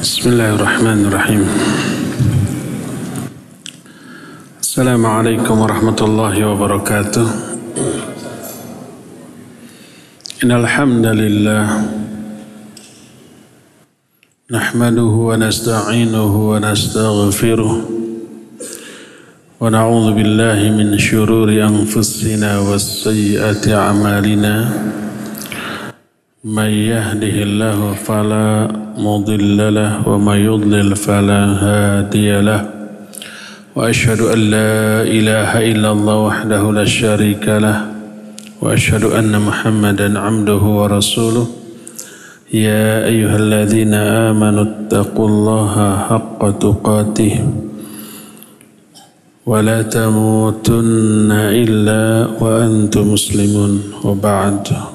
Bismillahirrahmanirrahim. Assalamualaikum warahmatullahi wabarakatuh. Innal hamdalillah nahmaduhu wa nasta'inuhu wa nastaghfiruh wa na'udzu billahi min shururi anfusina was sayyiati a'malina. Man yahdihillahu fala mudilla lahu wa man yudlil fala hadiya lahu. Wa asyhadu an la ilaha illallah wahdahu la syarika lahu wa asyhadu anna Muhammadan 'abduhu wa rasuluh. Ya ayyuhalladzina amanu taqullaha haqqa tuqatih wa la tamutunna illa wa antum muslimun wa ba'd.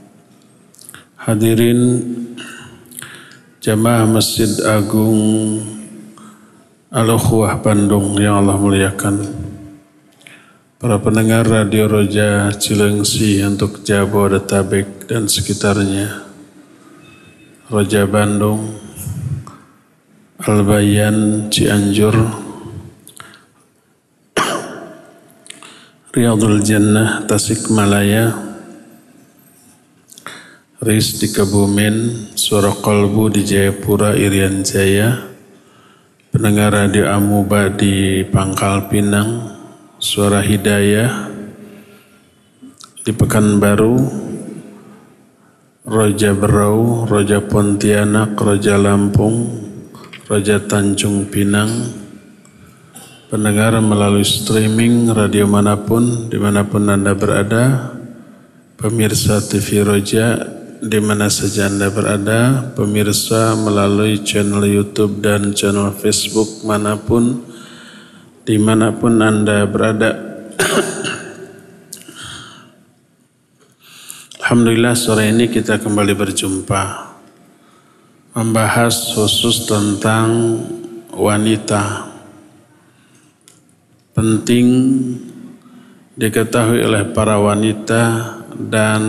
Hadirin jamaah Masjid Agung Al-Ukhuwah Bandung yang Allah muliakan, para pendengar Radio Roja Cilengsi untuk Jabodetabek dan sekitarnya, Roja Bandung, Al-Bayan Cianjur, Riyadul Jannah Tasikmalaya, RIS di Kebumen, Suara Kolbu di Jayapura Irian Jaya, pendengar Radio Amuba di Pangkal Pinang, Suara Hidayah di Pekanbaru, Roja Berau, Roja Pontianak, Roja Lampung, Roja Tanjung Pinang, pendengar melalui streaming radio manapun, dimanapun Anda berada, pemirsa TV Roja di mana saja Anda berada, pemirsa melalui channel YouTube dan channel Facebook manapun, dimanapun Anda berada. Alhamdulillah, sore ini kita kembali berjumpa membahas khusus tentang wanita. Penting diketahui oleh para wanita dan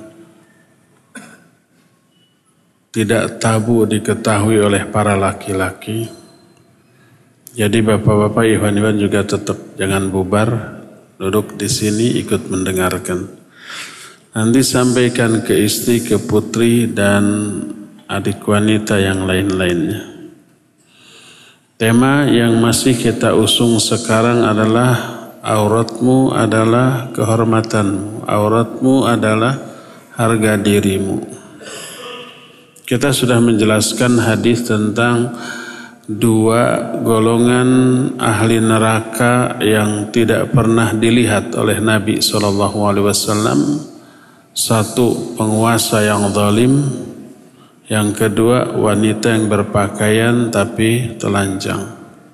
tidak tabu diketahui oleh para laki-laki. Jadi bapak-bapak, ikhwan-ikhwan juga tetap jangan bubar, duduk di sini ikut mendengarkan. Nanti sampaikan ke istri, ke putri dan adik wanita yang lain-lainnya. Tema yang masih kita usung sekarang adalah auratmu adalah kehormatanmu, auratmu adalah harga dirimu. Kita sudah menjelaskan hadis tentang dua golongan ahli neraka yang tidak pernah dilihat oleh Nabi SAW. Satu, penguasa yang zalim. Yang kedua, wanita yang berpakaian tapi telanjang.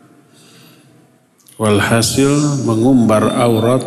Walhasil mengumbar aurat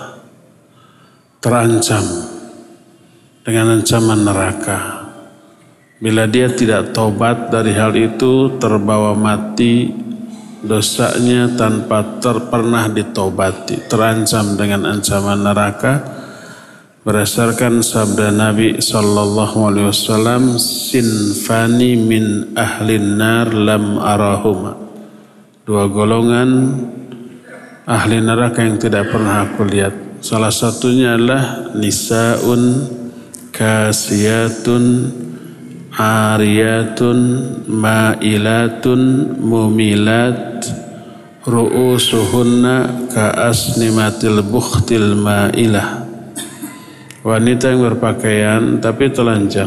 terancam dengan ancaman neraka. Bila dia tidak tobat dari hal itu, terbawa mati dosanya tanpa pernah ditobati, terancam dengan ancaman neraka. Berdasarkan sabda Nabi SAW, sinfani min ahlin nar lam arahuma. Dua golongan ahli neraka yang tidak pernah aku lihat. Salah satunya adalah nisaun kasiyatun ariyatun ma'ilatun mumilat ru'usuhunna ka'asnimatil bukhtil ma'ilah. Wanita yang berpakaian tapi telanjang,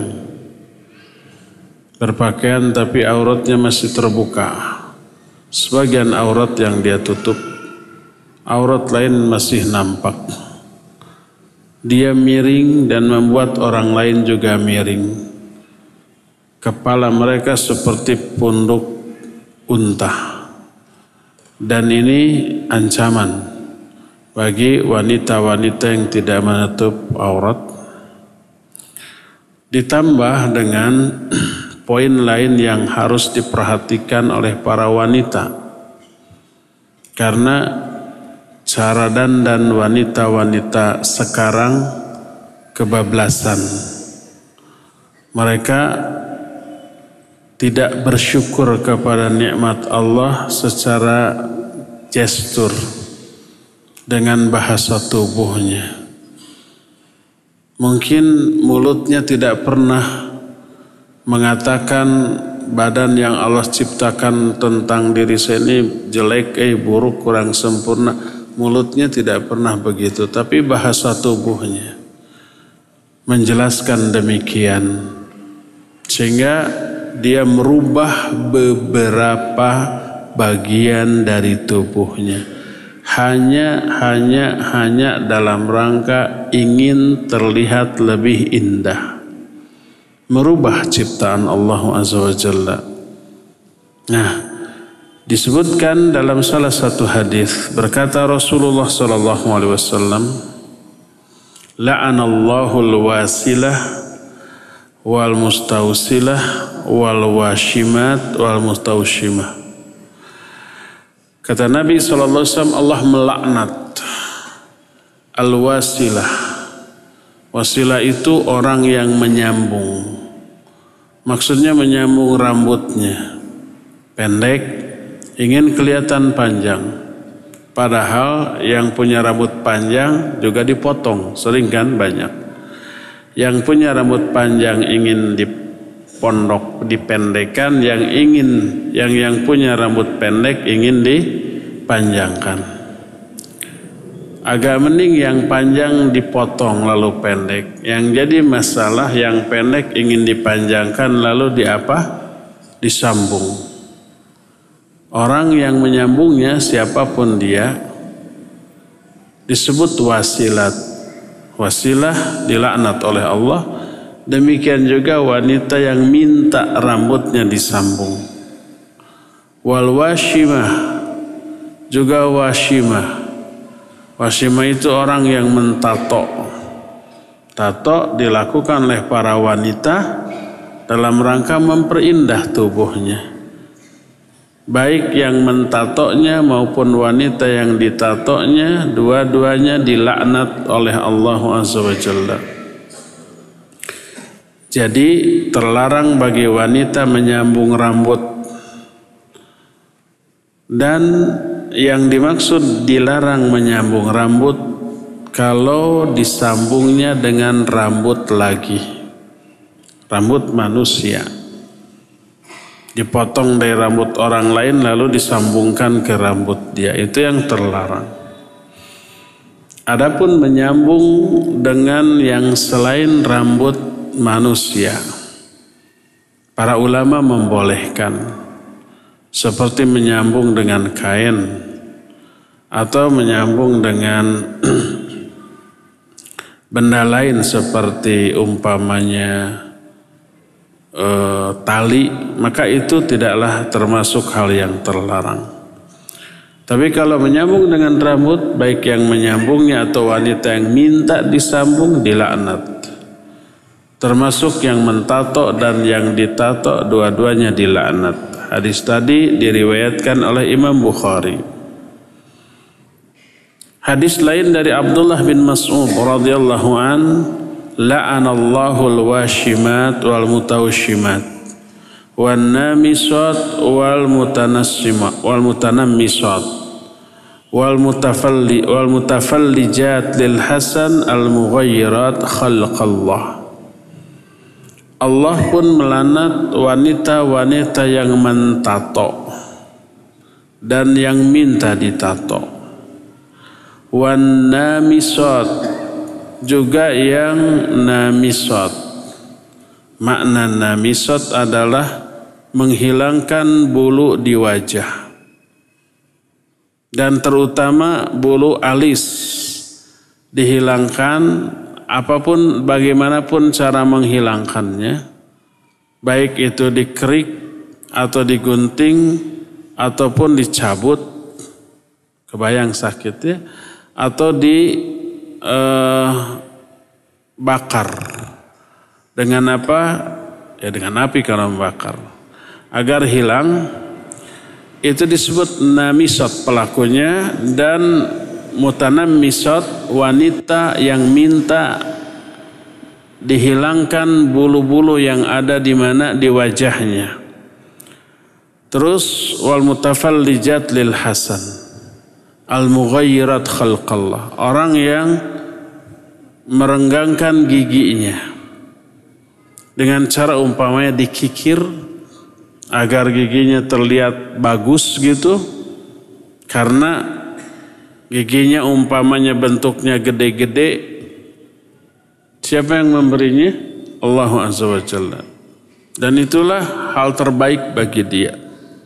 berpakaian tapi auratnya masih terbuka, sebagian aurat yang dia tutup, aurat lain masih nampak. Dia miring dan membuat orang lain juga miring. Kepala mereka seperti punduk unta. Dan ini ancaman bagi wanita-wanita yang tidak menutup aurat. Ditambah dengan poin lain yang harus diperhatikan oleh para wanita. Karena cara dandan wanita-wanita sekarang kebablasan. Mereka tidak bersyukur kepada nikmat Allah secara gestur dengan bahasa tubuhnya. Mungkin mulutnya tidak pernah mengatakan badan yang Allah ciptakan tentang diri saya ini jelek, buruk, kurang sempurna. Mulutnya tidak pernah begitu, tapi bahasa tubuhnya menjelaskan demikian. Sehingga dia merubah beberapa bagian dari tubuhnya hanya dalam rangka ingin terlihat lebih indah, merubah ciptaan Allah Azza wa Jalla. Nah, disebutkan dalam salah satu hadis, berkata Rasulullah sallallahu alaihi wasallam, la'anallahu al-wasilah wal mustausilah wal washimat wal mustaushimah. Kata Nabi SAW, Allah melaknat al-wasilah. Wasilah itu orang yang menyambung. Maksudnya menyambung rambutnya pendek, ingin kelihatan panjang. Padahal yang punya rambut panjang juga dipotong, sering kan banyak. Yang punya rambut panjang ingin dipendekkan, yang punya rambut pendek ingin dipanjangkan. Agak mending yang panjang dipotong lalu pendek. Yang jadi masalah yang pendek ingin dipanjangkan lalu disambung. Orang yang menyambungnya siapapun dia disebut wasilat. Wasilah dilaknat oleh Allah. Demikian juga wanita yang minta rambutnya disambung. Wal washimah, juga washimah. Washimah itu orang yang mentato. Tato dilakukan oleh para wanita dalam rangka memperindah tubuhnya. Baik yang mentatonya maupun wanita yang ditatonya, dua-duanya dilaknat oleh Allah Azza wa Jalla. Jadi terlarang bagi wanita menyambung rambut. Dan yang dimaksud dilarang menyambung rambut kalau disambungnya dengan rambut lagi. Rambut manusia. Dipotong dari rambut orang lain lalu disambungkan ke rambut dia, itu yang terlarang. Adapun menyambung dengan yang selain rambut manusia, para ulama membolehkan, seperti menyambung dengan kain atau menyambung dengan benda lain seperti umpamanya tali, maka itu tidaklah termasuk hal yang terlarang. Tapi kalau menyambung dengan rambut, baik yang menyambungnya atau wanita yang minta disambung, dilaknat. Termasuk yang mentato dan yang ditato, dua-duanya dilaknat. Hadis tadi diriwayatkan oleh Imam Bukhari. Hadis lain dari Abdullah bin Mas'ud radhiyallahu an, la'anallahu al-washimat wal mutawashimat wan namisat wal mutanammisat wal mutafallijat lil hasan al mughayyirat khalqallah. Allah pun melaknat wanita-wanita yang mentato dan yang minta ditato. Wan namisat, juga yang namisat. Makna namisat adalah menghilangkan bulu di wajah. Dan terutama bulu alis dihilangkan, apapun bagaimanapun cara menghilangkannya, baik itu dikerik atau digunting ataupun dicabut, kebayang sakitnya, atau bakar. Dengan apa? Ya dengan api kalau membakar. Agar hilang, itu disebut namisat pelakunya, dan mutanammisat wanita yang minta dihilangkan bulu-bulu yang ada di mana, di wajahnya. Terus wal mutafallijat lil hasan, al mughayyirat khalqallah, orang yang merenggangkan giginya dengan cara umpamanya dikikir agar giginya terlihat bagus gitu, karena giginya umpamanya bentuknya gede-gede. Siapa yang memberinya? Allah Azza wa Jalla. Dan itulah hal terbaik bagi dia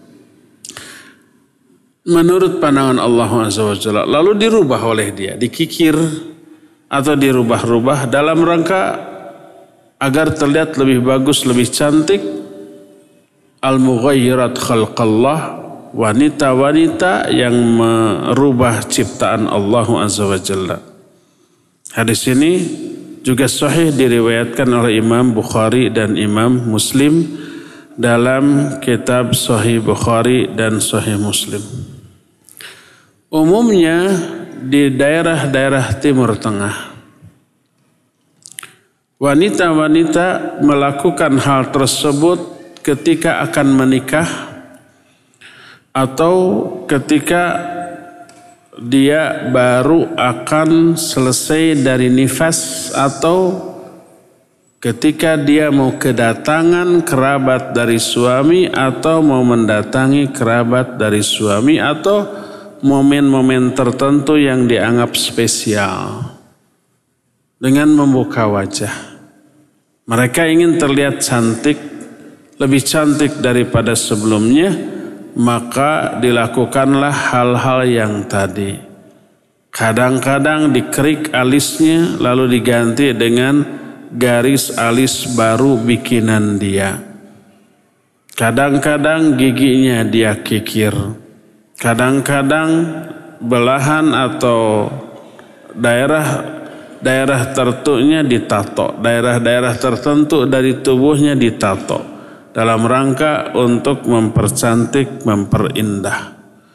menurut pandangan Allah Azza wa Jalla. Lalu dirubah oleh dia, dikikir atau dirubah-rubah dalam rangka agar terlihat lebih bagus, lebih cantik. Al-mughayyirat khalqallah, wanita-wanita yang merubah ciptaan Allah Azza wa Jalla. Hadis ini juga sahih diriwayatkan oleh Imam Bukhari dan Imam Muslim dalam kitab Sahih Bukhari dan Sahih Muslim. Umumnya di daerah-daerah Timur Tengah, wanita-wanita melakukan hal tersebut ketika akan menikah atau ketika dia baru akan selesai dari nifas atau ketika dia mau kedatangan kerabat dari suami atau mau mendatangi kerabat dari suami atau momen-momen tertentu yang dianggap spesial. Dengan membuka wajah, mereka ingin terlihat cantik, lebih cantik daripada sebelumnya, maka dilakukanlah hal-hal yang tadi. Kadang-kadang dikerik alisnya lalu diganti dengan garis alis baru bikinan dia. Kadang-kadang giginya dia kikir. Kadang-kadang belahan atau daerah tertentunya ditato, daerah-daerah tertentu dari tubuhnya ditato dalam rangka untuk mempercantik, memperindah.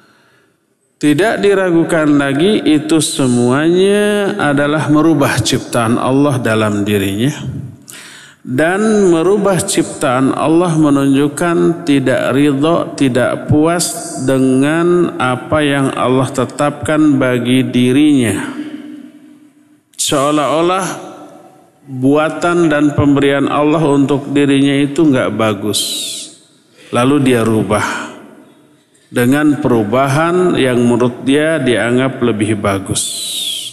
Tidak diragukan lagi, itu semuanya adalah merubah ciptaan Allah dalam dirinya. Dan merubah ciptaan Allah menunjukkan tidak ridho, tidak puas dengan apa yang Allah tetapkan bagi dirinya. Seolah-olah buatan dan pemberian Allah untuk dirinya itu enggak bagus. Lalu dia rubah dengan perubahan yang menurut dia dianggap lebih bagus.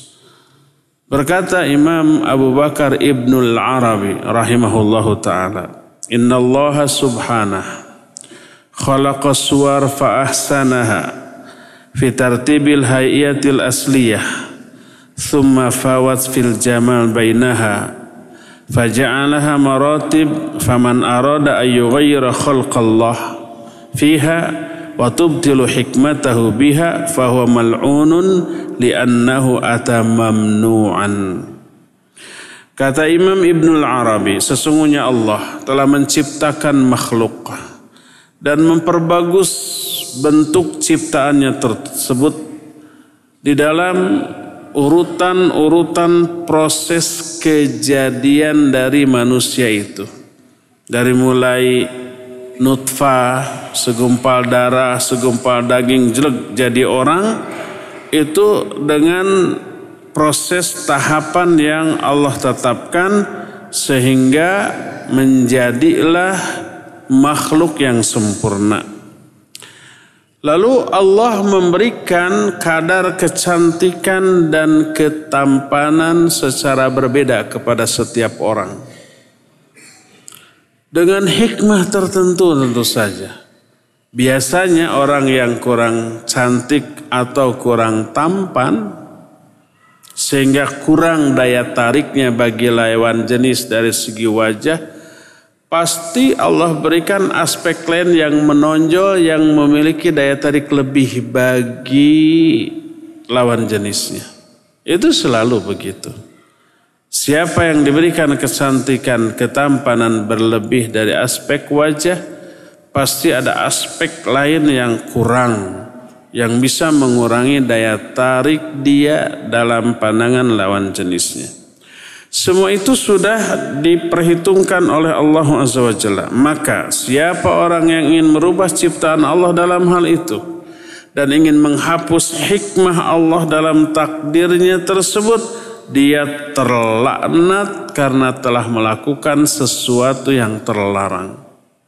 Berkata Imam Abu Bakar Ibnul Arabi rahimahullahu ta'ala, Inna Allah subhanah khalaqa suwar fa ahsanaha fi tartibil hayyatil asliyah thumma fawat fil jamal bainaha faja'alaha maratib faman arada an yughayyira khalqallah fiha wa tubtilu hikmatahu biha fahuwa mal'unun li'annahu ata mamnu'an. Kata Imam Ibnul Arabi, sesungguhnya Allah telah menciptakan makhluk dan memperbagus bentuk ciptaannya tersebut di dalam urutan-urutan proses kejadian dari manusia itu. Dari mulai nutfah, segumpal darah, segumpal daging jelek jadi orang, itu dengan proses tahapan yang Allah tetapkan sehingga menjadilah makhluk yang sempurna. Lalu Allah memberikan kadar kecantikan dan ketampanan secara berbeda kepada setiap orang. Dengan hikmah tertentu tentu saja. Biasanya orang yang kurang cantik atau kurang tampan sehingga kurang daya tariknya bagi lawan jenis dari segi wajah, pasti Allah berikan aspek lain yang menonjol yang memiliki daya tarik lebih bagi lawan jenisnya. Itu selalu begitu. Siapa yang diberikan kecantikan, ketampanan berlebih dari aspek wajah, pasti ada aspek lain yang kurang, yang bisa mengurangi daya tarik dia dalam pandangan lawan jenisnya. Semua itu sudah diperhitungkan oleh Allah Azza wa Jalla. Maka siapa orang yang ingin merubah ciptaan Allah dalam hal itu dan ingin menghapus hikmah Allah dalam takdirnya tersebut, dia terlaknat karena telah melakukan sesuatu yang terlarang.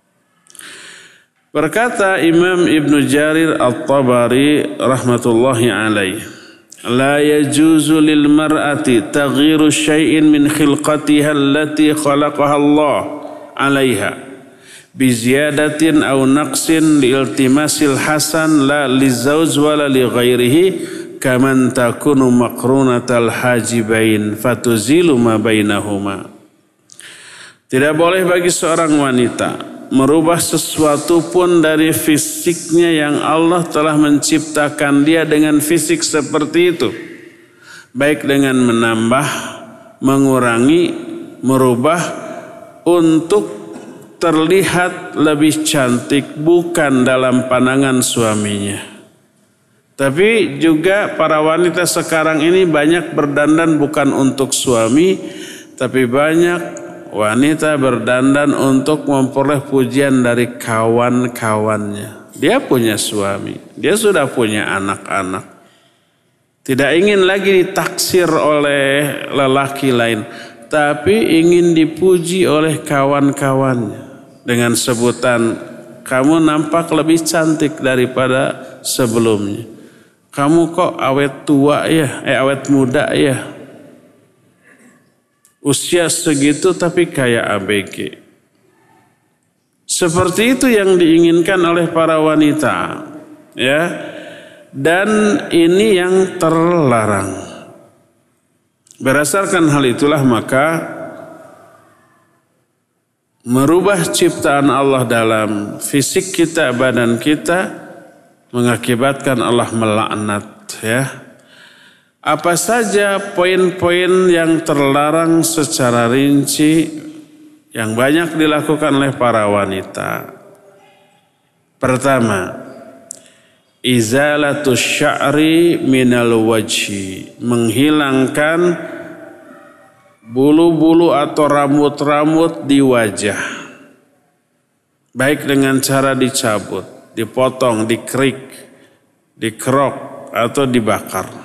Berkata Imam Ibn Jarir At-Tabari rahmatullahi alaih, la yajuzu lil mar'ati taghyiru syai'in min khilqatiha allati khalaqaha Allah 'alaiha bi ziyadatin aw naqsin li iltimasil hasan la lizawj wala li ghairihi kaman takunu maqrunatal hajibain fatuzilu ma bainahuma. Tidak boleh bagi seorang wanita merubah sesuatu pun dari fisiknya yang Allah telah menciptakan dia dengan fisik seperti itu. Baik dengan menambah, mengurangi, merubah untuk terlihat lebih cantik bukan dalam pandangan suaminya. Tapi juga para wanita sekarang ini banyak berdandan bukan untuk suami, tapi banyak wanita berdandan untuk memperoleh pujian dari kawan-kawannya. Dia punya suami, dia sudah punya anak-anak. Tidak ingin lagi ditaksir oleh lelaki lain, tapi ingin dipuji oleh kawan-kawannya dengan sebutan, kamu nampak lebih cantik daripada sebelumnya. Kamu kok awet tua ya, awet muda ya. Usia segitu tapi kayak ABG. Seperti itu yang diinginkan oleh para wanita, ya. Dan ini yang terlarang. Berdasarkan hal itulah maka merubah ciptaan Allah dalam fisik kita, badan kita, mengakibatkan Allah melaknat, ya. Apa saja poin-poin yang terlarang secara rinci yang banyak dilakukan oleh para wanita. Pertama, izalatus sya'ri minal wajhi, menghilangkan bulu-bulu atau rambut-rambut di wajah. Baik dengan cara dicabut, dipotong, dikerik, dikerok atau dibakar.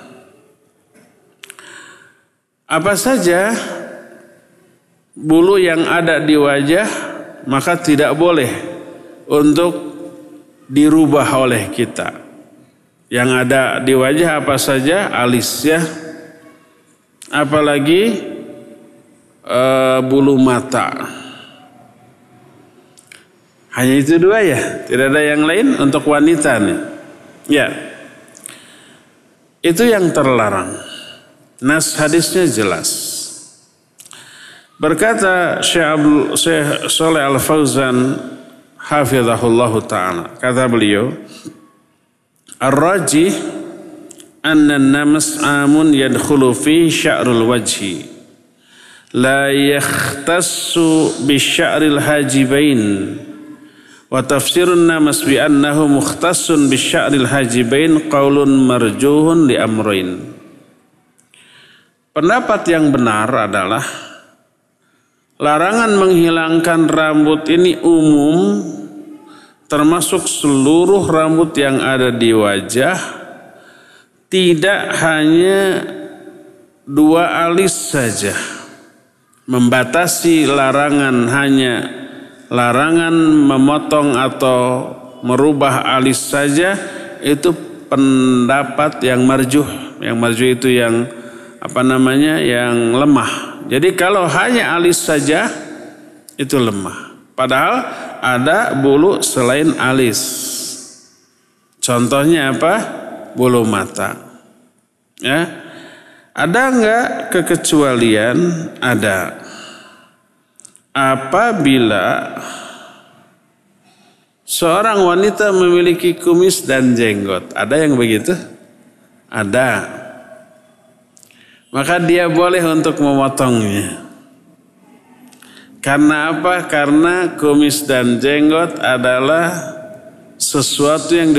Apa saja bulu yang ada di wajah maka tidak boleh untuk dirubah oleh kita. Yang ada di wajah apa saja? Alis ya. Apalagi bulu mata. Hanya itu dua ya? Tidak ada yang lain untuk wanita nih. Ya. Itu yang terlarang. Nas hadisnya jelas. Berkata Syekh Shalih Al-Fauzan hafizahullahu ta'ala, kata beliau, ar-rajih anna an-namas amun yadkhulu fi sya'rul wajhi la yakhtassu bi sya'ril hajibain wa tafsirun namas bi annahu mukhtassun bi sya'ril hajibain qaulun marjuhun li amrain. Pendapat yang benar adalah larangan menghilangkan rambut ini umum, termasuk seluruh rambut yang ada di wajah, tidak hanya dua alis saja. Membatasi larangan hanya larangan memotong atau merubah alis saja, itu pendapat yang marjuh. Yang marjuh itu yang yang lemah. Jadi kalau hanya alis saja itu lemah. Padahal ada bulu selain alis. Contohnya apa? Bulu mata. Ya. Ada enggak kekecualian? Ada. Apabila seorang wanita memiliki kumis dan jenggot. Ada yang begitu? Ada. Maka dia boleh untuk memotongnya. Karena apa? Karena kumis dan jenggot adalah sesuatu yang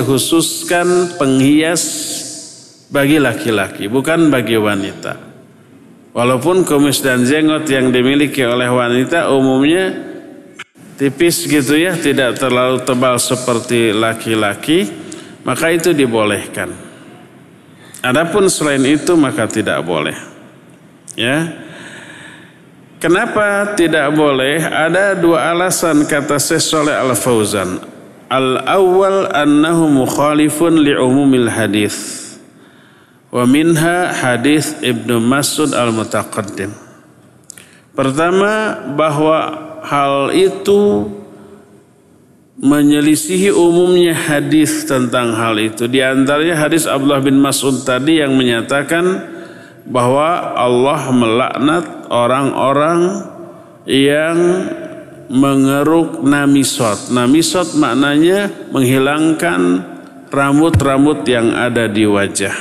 dikhususkan penghias bagi laki-laki, bukan bagi wanita. Walaupun kumis dan jenggot yang dimiliki oleh wanita umumnya tipis gitu ya, tidak terlalu tebal seperti laki-laki, maka itu dibolehkan. Adapun selain itu maka tidak boleh. Ya. Kenapa tidak boleh? Ada dua alasan kata Syekh Shalih Al Fauzan. Al-awwal annahu mukhalifun li umumil hadis. Wa minha hadis Ibnu Mas'ud al-Mutaqaddim. Pertama, bahwa hal itu menyelisihi umumnya hadis tentang hal itu. Di antaranya hadis Abdullah bin Mas'ud tadi yang menyatakan bahwa Allah melaknat orang-orang yang mengeruk namisot. Namisot maknanya menghilangkan rambut-rambut yang ada di wajah.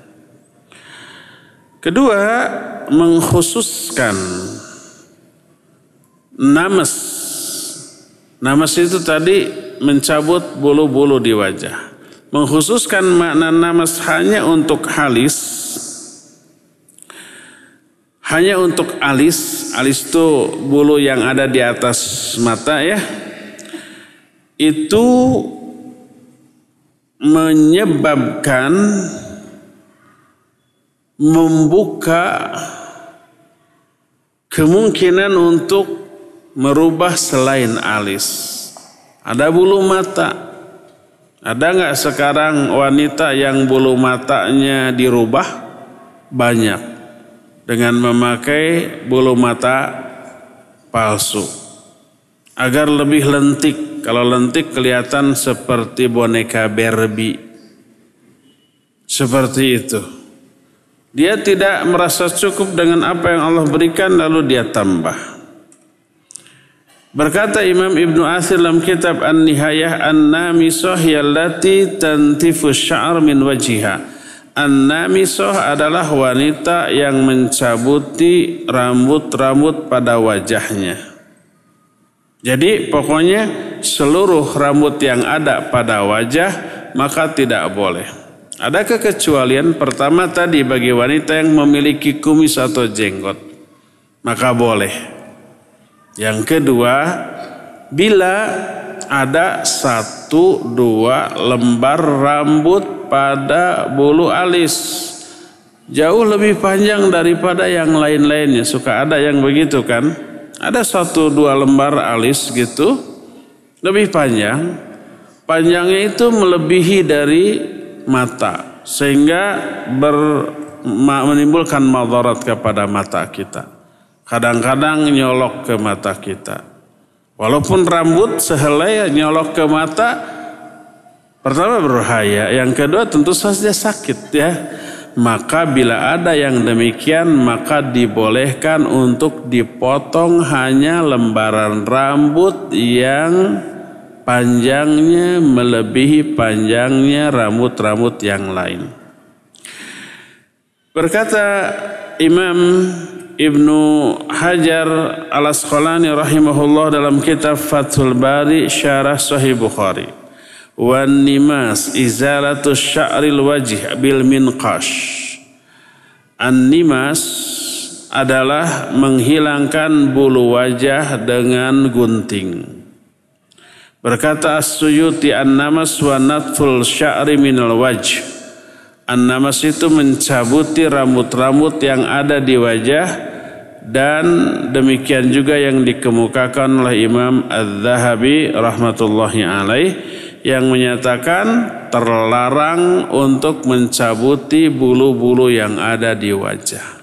Kedua, mengkhususkan namas. Namas itu tadi mencabut bulu-bulu di wajah. Mengkhususkan makna namas hanya untuk halis. Hanya untuk alis. Alis itu bulu yang ada di atas mata ya. Itu menyebabkan membuka kemungkinan untuk merubah selain alis. Ada bulu mata. Ada nggak sekarang wanita yang bulu matanya dirubah? Banyak. Dengan memakai bulu mata palsu. Agar lebih lentik. Kalau lentik kelihatan seperti boneka Barbie. Seperti itu. Dia tidak merasa cukup dengan apa yang Allah berikan lalu dia tambah. Berkata Imam Ibnu Athir dalam kitab An-Nihayah, An-Namisah yallati tantifu sya'ar min wajiha. An-Namisah adalah wanita yang mencabuti rambut-rambut pada wajahnya. Jadi pokoknya seluruh rambut yang ada pada wajah maka tidak boleh. Ada kekecualian. Pertama tadi bagi wanita yang memiliki kumis atau jenggot maka boleh. Yang kedua, bila ada 1-2 lembar rambut pada bulu alis jauh lebih panjang daripada yang lain-lainnya. Suka ada yang begitu kan? Ada 1-2 lembar alis gitu lebih panjang. Panjangnya itu melebihi dari mata sehingga menimbulkan madarat kepada mata kita. Kadang-kadang nyolok ke mata kita. Walaupun rambut sehelai nyolok ke mata, pertama berbahaya, yang kedua tentu saja sakit ya. Maka bila ada yang demikian maka dibolehkan untuk dipotong hanya lembaran rambut yang panjangnya melebihi panjangnya rambut-rambut yang lain. Berkata Imam Ibnu Hajar Al-Asqalani rahimahullah dalam kitab Fathul Bari Syarah Sahih Bukhari, wan nimas izalatu sya'ril wajh bil minqash. An-nimas adalah menghilangkan bulu wajah dengan gunting. Berkata As-Suyuti, an-namas wa natful sya'ri minal wajh. An-namas itu mencabuti rambut-rambut yang ada di wajah, dan demikian juga yang dikemukakan oleh Imam Az-Zahabi rahmatullahi alaih yang menyatakan terlarang untuk mencabuti bulu-bulu yang ada di wajah.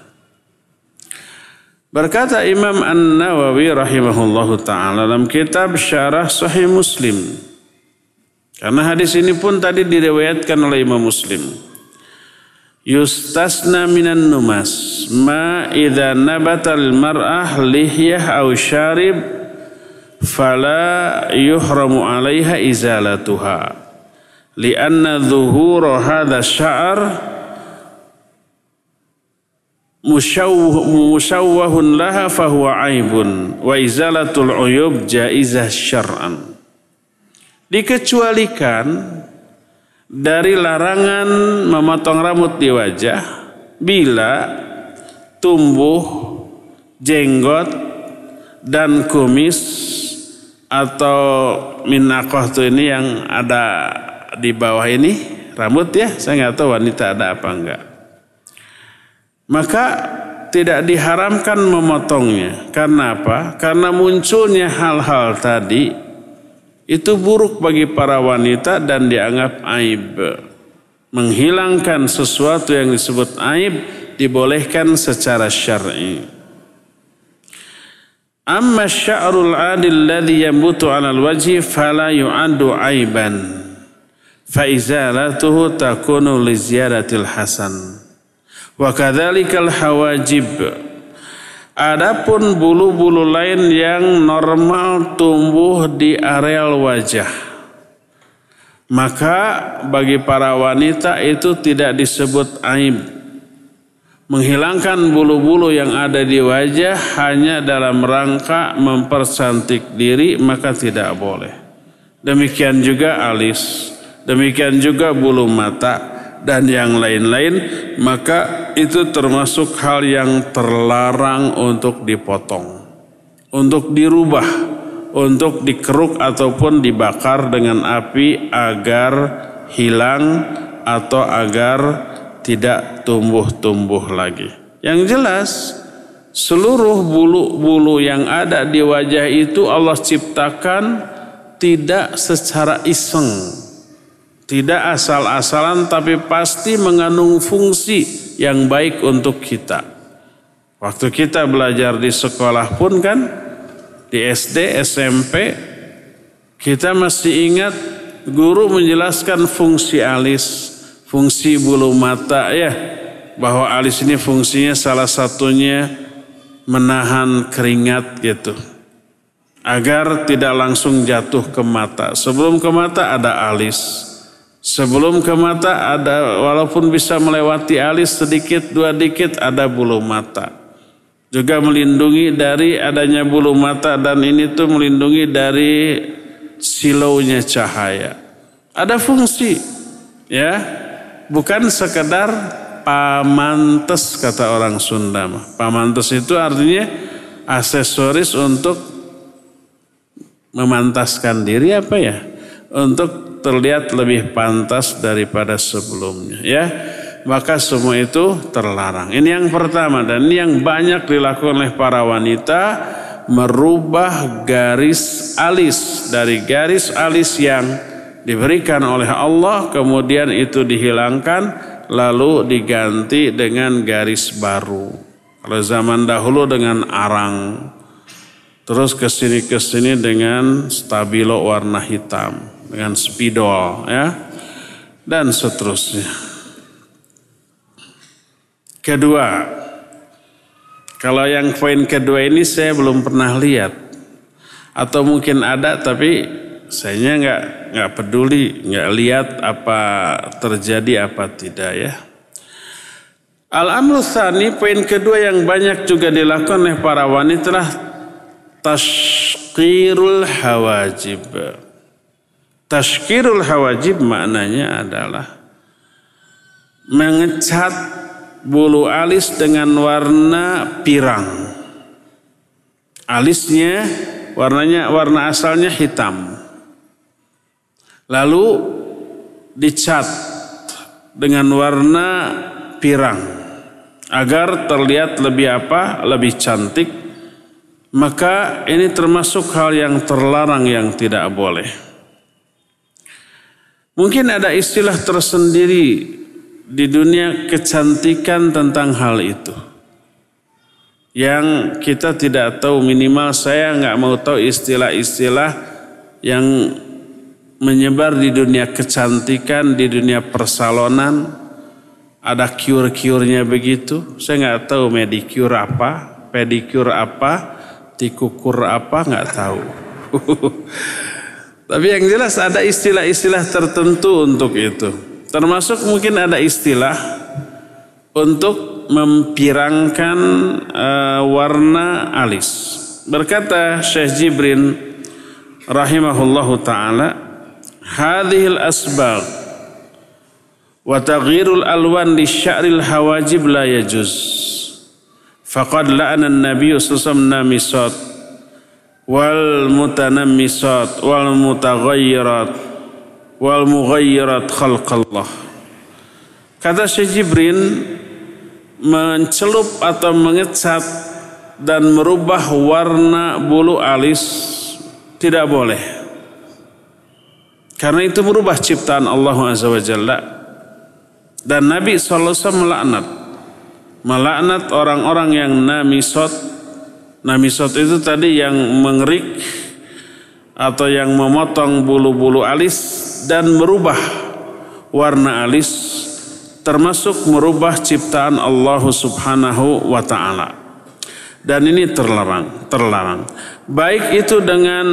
Berkata Imam An-Nawawi rahimahullahu ta'ala dalam kitab Syarah Sahih Muslim, karena hadis ini pun tadi diriwayatkan oleh Imam Muslim. Yustasna minan numas ma idza nabatal mar'ah lihyah aw syarib fala yuhramu 'alaiha izalatuha li'anna dhuhura hadha sya'ar musyawwahun laha fahuwa 'aibun wa izalatul 'uyub jaizah syar'an. Dikecualikan dari larangan memotong rambut di wajah bila tumbuh jenggot dan kumis atau minaqah tuh ini yang ada di bawah ini rambut ya, saya nggak tahu wanita ada apa enggak. Maka tidak diharamkan memotongnya. Karena apa? Karena munculnya hal-hal tadi itu buruk bagi para wanita dan dianggap aib. Menghilangkan sesuatu yang disebut aib dibolehkan secara syar'i. Amma sya'rul 'adil ladzi yambutu 'alal wajhi fala yu'addu 'aiban fa izalatuhu takunu li ziyadatil hasan wa kadzalikal hawajib. Adapun bulu-bulu lain yang normal tumbuh di areal wajah, maka bagi para wanita itu tidak disebut aib. Menghilangkan bulu-bulu yang ada di wajah hanya dalam rangka mempercantik diri, maka tidak boleh. Demikian juga alis, demikian juga bulu mata dan yang lain-lain, maka itu termasuk hal yang terlarang untuk dipotong, untuk dirubah, untuk dikeruk ataupun dibakar dengan api agar hilang atau agar tidak tumbuh-tumbuh lagi. Yang jelas seluruh bulu-bulu yang ada di wajah itu Allah ciptakan tidak secara iseng, tidak asal-asalan, tapi pasti mengandung fungsi yang baik untuk kita. Waktu kita belajar di sekolah pun kan, di SD, SMP, kita masih ingat guru menjelaskan fungsi alis, fungsi bulu mata ya, bahwa alis ini fungsinya salah satunya menahan keringat gitu, agar tidak langsung jatuh ke mata. Sebelum ke mata ada alis, sebelum ke mata ada, walaupun bisa melewati alis sedikit dua dikit, ada bulu mata. Juga melindungi dari adanya bulu mata, dan ini tuh melindungi dari silaunya cahaya. Ada fungsi ya. Bukan sekedar pamantes kata orang Sunda. Pamantes itu artinya aksesoris untuk memantaskan diri apa ya? Untuk terlihat lebih pantas daripada sebelumnya ya. Maka semua itu terlarang. Ini yang pertama, dan ini yang banyak dilakukan oleh para wanita, merubah garis alis dari garis alis yang diberikan oleh Allah, kemudian itu dihilangkan lalu diganti dengan garis baru. Kalau zaman dahulu dengan arang, terus kesini dengan stabilo warna hitam, dengan spidol ya, dan seterusnya. Kedua, kalau yang poin kedua ini saya belum pernah lihat, atau mungkin ada tapi saya nggak peduli, nggak lihat apa terjadi apa tidak ya. Al-amru tsani, poin kedua yang banyak juga dilakukan oleh para wanita adalah tashqirul hawajib. Tashqirul hawajib maknanya adalah mengecat bulu alis dengan warna pirang. Alisnya warna asalnya hitam, lalu dicat dengan warna pirang agar terlihat lebih cantik. Maka ini termasuk hal yang terlarang, yang tidak boleh. Mungkin ada istilah tersendiri di dunia kecantikan tentang hal itu, yang kita tidak tahu. Minimal saya nggak mau tahu istilah-istilah yang menyebar di dunia kecantikan, di dunia persalonan. Ada cure-curenya begitu. Saya nggak tahu medicure apa, pedicure apa, tikukur apa, nggak tahu. Tapi yang jelas ada istilah-istilah tertentu untuk itu. Termasuk mungkin ada istilah untuk mempirangkan warna alis. Berkata Syekh Jibrin rahimahullahu ta'ala, hadhil asbag wa taghyirul alwan li sya'ril hawajib la yajuz. Faqad la'ana an-nabiy sallallahu namisat wal mutanammisat wal mutaghayyirat wal mughayyirat khalqallah. Kata Syekh Jibrin, mencelup atau mengecat dan merubah warna bulu alis tidak boleh, karena itu merubah ciptaan Allah Azza wa Jalla. Dan Nabi SAW melaknat orang-orang yang namisot. Namisot itu tadi yang mengerik atau yang memotong bulu-bulu alis dan merubah warna alis, termasuk merubah ciptaan Allah Subhanahu wa ta'ala. Dan ini terlarang. Baik itu dengan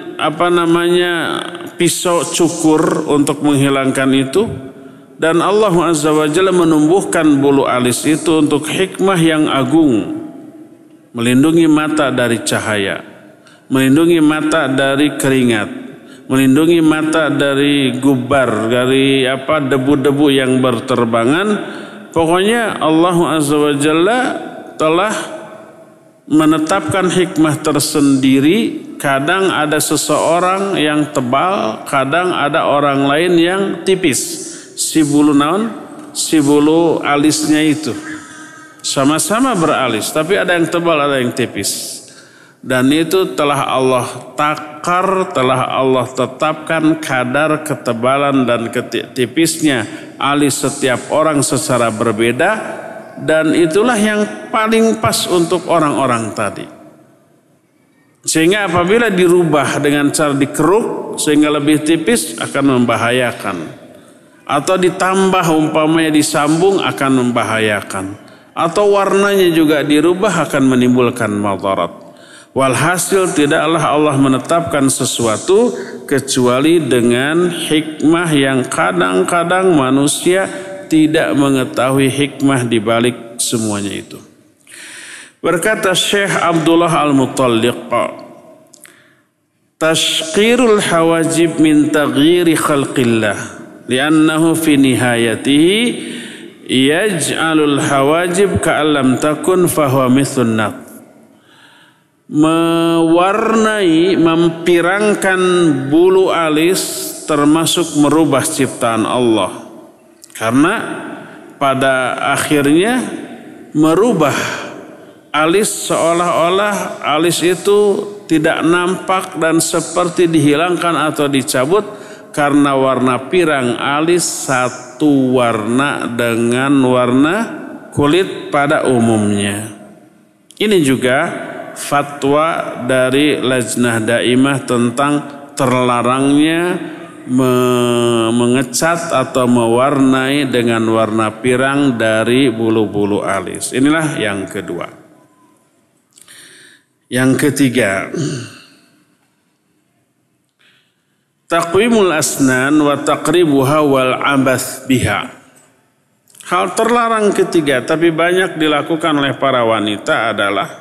pisau cukur untuk menghilangkan itu, dan Allah Azza wa Jalla menumbuhkan bulu alis itu untuk hikmah yang agung, melindungi mata dari cahaya, melindungi mata dari keringat, melindungi mata dari gubar, dari debu-debu yang berterbangan. Pokoknya Allah Azza wa Jalla telah menetapkan hikmah tersendiri. Kadang ada seseorang yang tebal, kadang ada orang lain yang tipis. Si bulu alisnya itu sama-sama beralis, tapi ada yang tebal, ada yang tipis. Dan itu telah Allah takar, telah Allah tetapkan kadar ketebalan dan tipisnya alis setiap orang secara berbeda, dan itulah yang paling pas untuk orang-orang tadi. Sehingga apabila dirubah dengan cara dikeruk sehingga lebih tipis akan membahayakan, atau ditambah umpamanya disambung akan membahayakan, atau warnanya juga dirubah akan menimbulkan madarat. Walhasil tidaklah Allah menetapkan sesuatu kecuali dengan hikmah yang kadang-kadang manusia tidak mengetahui hikmah di balik semuanya itu. Berkata Syekh Abdullah Al-Mutalliq, tashqirul hawajib min taghyiri khalqillah li'annahu fi nihayatihi yaj'alul hawajib ka'allam takun fahuwa mithlun nat. Mewarnai, mempirangkan bulu alis termasuk merubah ciptaan Allah, karena pada akhirnya merubah alis seolah-olah alis itu tidak nampak dan seperti dihilangkan atau dicabut, karena warna pirang alis satu warna dengan warna kulit pada umumnya. Ini juga fatwa dari Lajnah Daimah tentang terlarangnya mengecat atau mewarnai dengan warna pirang dari bulu-bulu alis. Inilah yang kedua. Yang ketiga, taqwimul asnan wa taqribuha wal abath biha. Hal terlarang ketiga tapi banyak dilakukan oleh para wanita adalah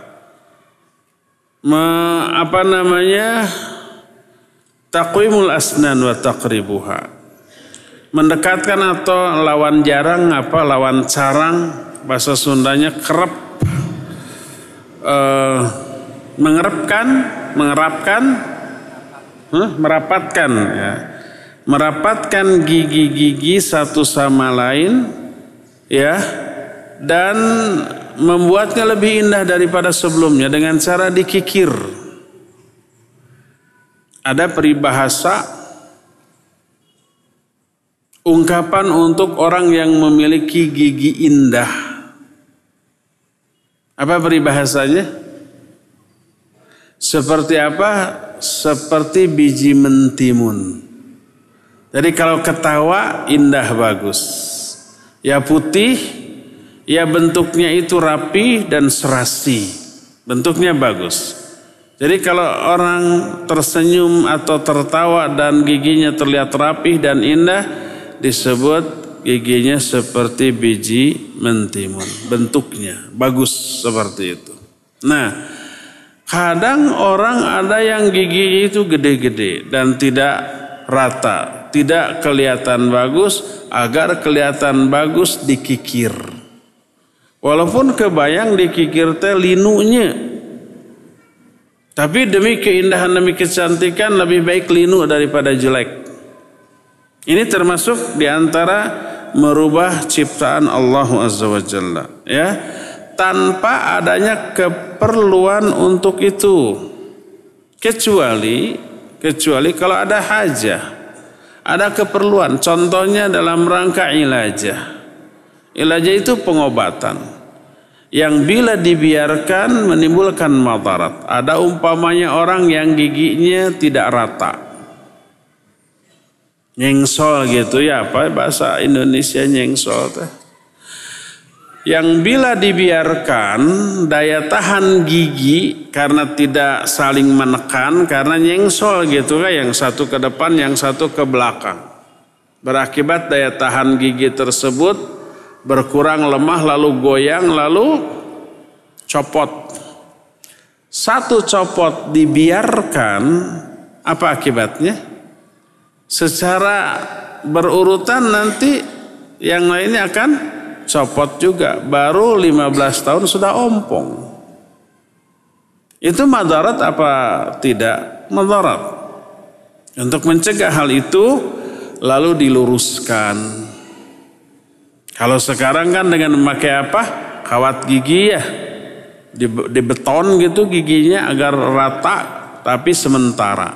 taqwimul asnan wa taqribuha. Mendekatkan atau lawan jarang lawan carang, bahasa Sundanya kerep, merapatkan ya. Merapatkan gigi-gigi satu sama lain ya, dan membuatnya lebih indah daripada sebelumnya dengan cara dikikir. Ada peribahasa ungkapan untuk orang yang memiliki gigi indah. Apa peribahasanya? Seperti apa? Seperti biji mentimun. Jadi kalau ketawa indah bagus, ya putih, ya bentuknya itu rapi dan serasi, bentuknya bagus. Jadi kalau orang tersenyum atau tertawa dan giginya terlihat rapi dan indah, disebut giginya seperti biji mentimun, bentuknya bagus seperti itu. Nah, kadang orang ada yang giginya itu gede-gede dan tidak rata, tidak kelihatan bagus. Agar kelihatan bagus dikikir. Walaupun kebayang dikikir teh linunya. Tapi demi keindahan, demi kecantikan lebih baik linu daripada jelek. Ini termasuk diantara merubah ciptaan Allah Azza wa Jalla. Ya, tanpa adanya keperluan untuk itu. Kecuali kalau ada hajah, ada keperluan. Contohnya dalam rangka ilajah. Ilajah itu pengobatan yang bila dibiarkan menimbulkan madarat. Ada umpamanya orang yang giginya tidak rata, nyengsol gitu ya, apa bahasa Indonesia nyengsol teh. Yang bila dibiarkan daya tahan gigi karena tidak saling menekan, karena nyengsol gitu kan, yang satu ke depan, yang satu ke belakang. Berakibat daya tahan gigi tersebut berkurang, lemah, lalu goyang, lalu copot. Satu copot dibiarkan, apa akibatnya? Secara berurutan nanti yang lainnya akan copot juga. Baru 15 tahun sudah ompong. Itu madarat apa tidak? Madarat. Untuk mencegah hal itu lalu diluruskan. Kalau sekarang kan dengan memakai apa? Kawat gigi ya. Di beton gitu giginya agar rata tapi sementara.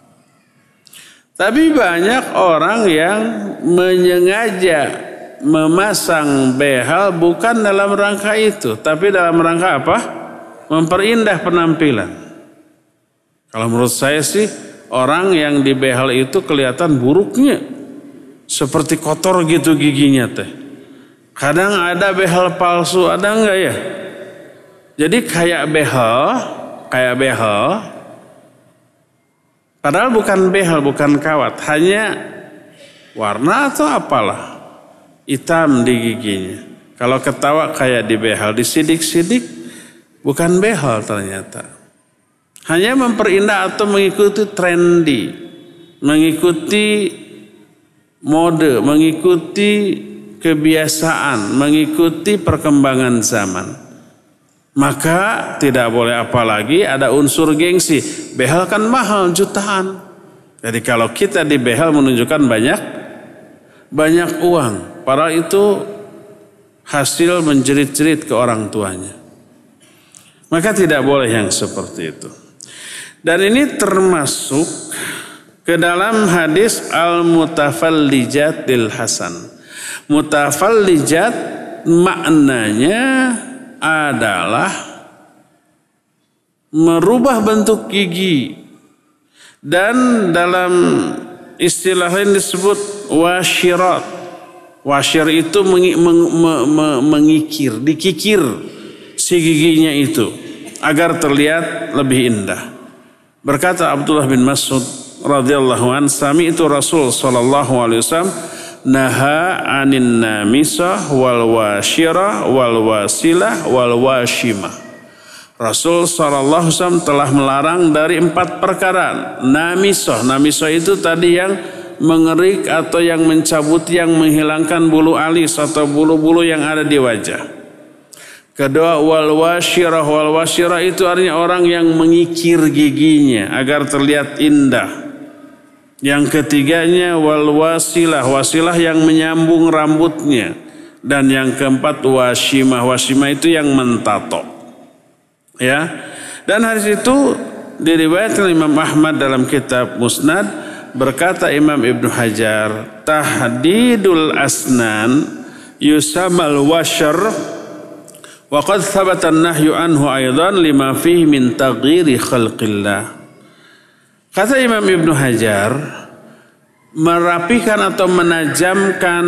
Tapi banyak orang yang menyengaja memasang behel bukan dalam rangka itu, tapi dalam rangka apa? Memperindah penampilan. Kalau menurut saya sih orang yang di behel itu kelihatan buruknya, seperti kotor gitu giginya teh. Kadang ada behel palsu, ada enggak ya? Jadi kayak behel, padahal bukan behel, bukan kawat, hanya warna atau apalah, hitam di giginya. Kalau ketawa kayak di behel, disidik-sidik, bukan behel ternyata. Hanya memperindah atau mengikuti trendy, mengikuti mode, mengikuti kebiasaan, mengikuti perkembangan zaman. Maka tidak boleh, apalagi ada unsur gengsi. Behel kan mahal jutaan. Jadi kalau kita di behel menunjukkan banyak uang. Padahal itu hasil menjerit-jerit ke orang tuanya. Maka tidak boleh yang seperti itu. Dan ini termasuk ke dalam hadis al-mutafallijat lil hasan. Mutafallijat maknanya adalah merubah bentuk gigi, dan dalam istilah lain disebut wasyirat. Wasyir itu mengikir, dikikir si giginya itu agar terlihat lebih indah. Berkata Abdullah bin Mas'ud radhiyallahu an, sami'tu Rasul sallallahu alaihi wasallam naha anin namisah wal wasyirah wal wasilah wal washimah. Rasul sallallahu alaihi wasallam telah melarang dari 4 perkara. Namisah itu tadi yang mengerik atau yang mencabut, yang menghilangkan bulu alis atau bulu-bulu yang ada di wajah. Kedua, wal wasyirah itu artinya orang yang mengikir giginya agar terlihat indah. Yang ketiganya wal wasilah yang menyambung rambutnya. Dan yang keempat washimah itu yang mentato. Ya. Dan hadis itu diriwayatkan Imam Ahmad dalam kitab Musnad. Berkata Imam Ibnu Hajar, tahdidul asnan yusamal wasyr wa qad thabata an-nahyu anhu aidan lima fihi min taghyiri khalqillah. Kata Imam Ibnu Hajar, merapikan atau menajamkan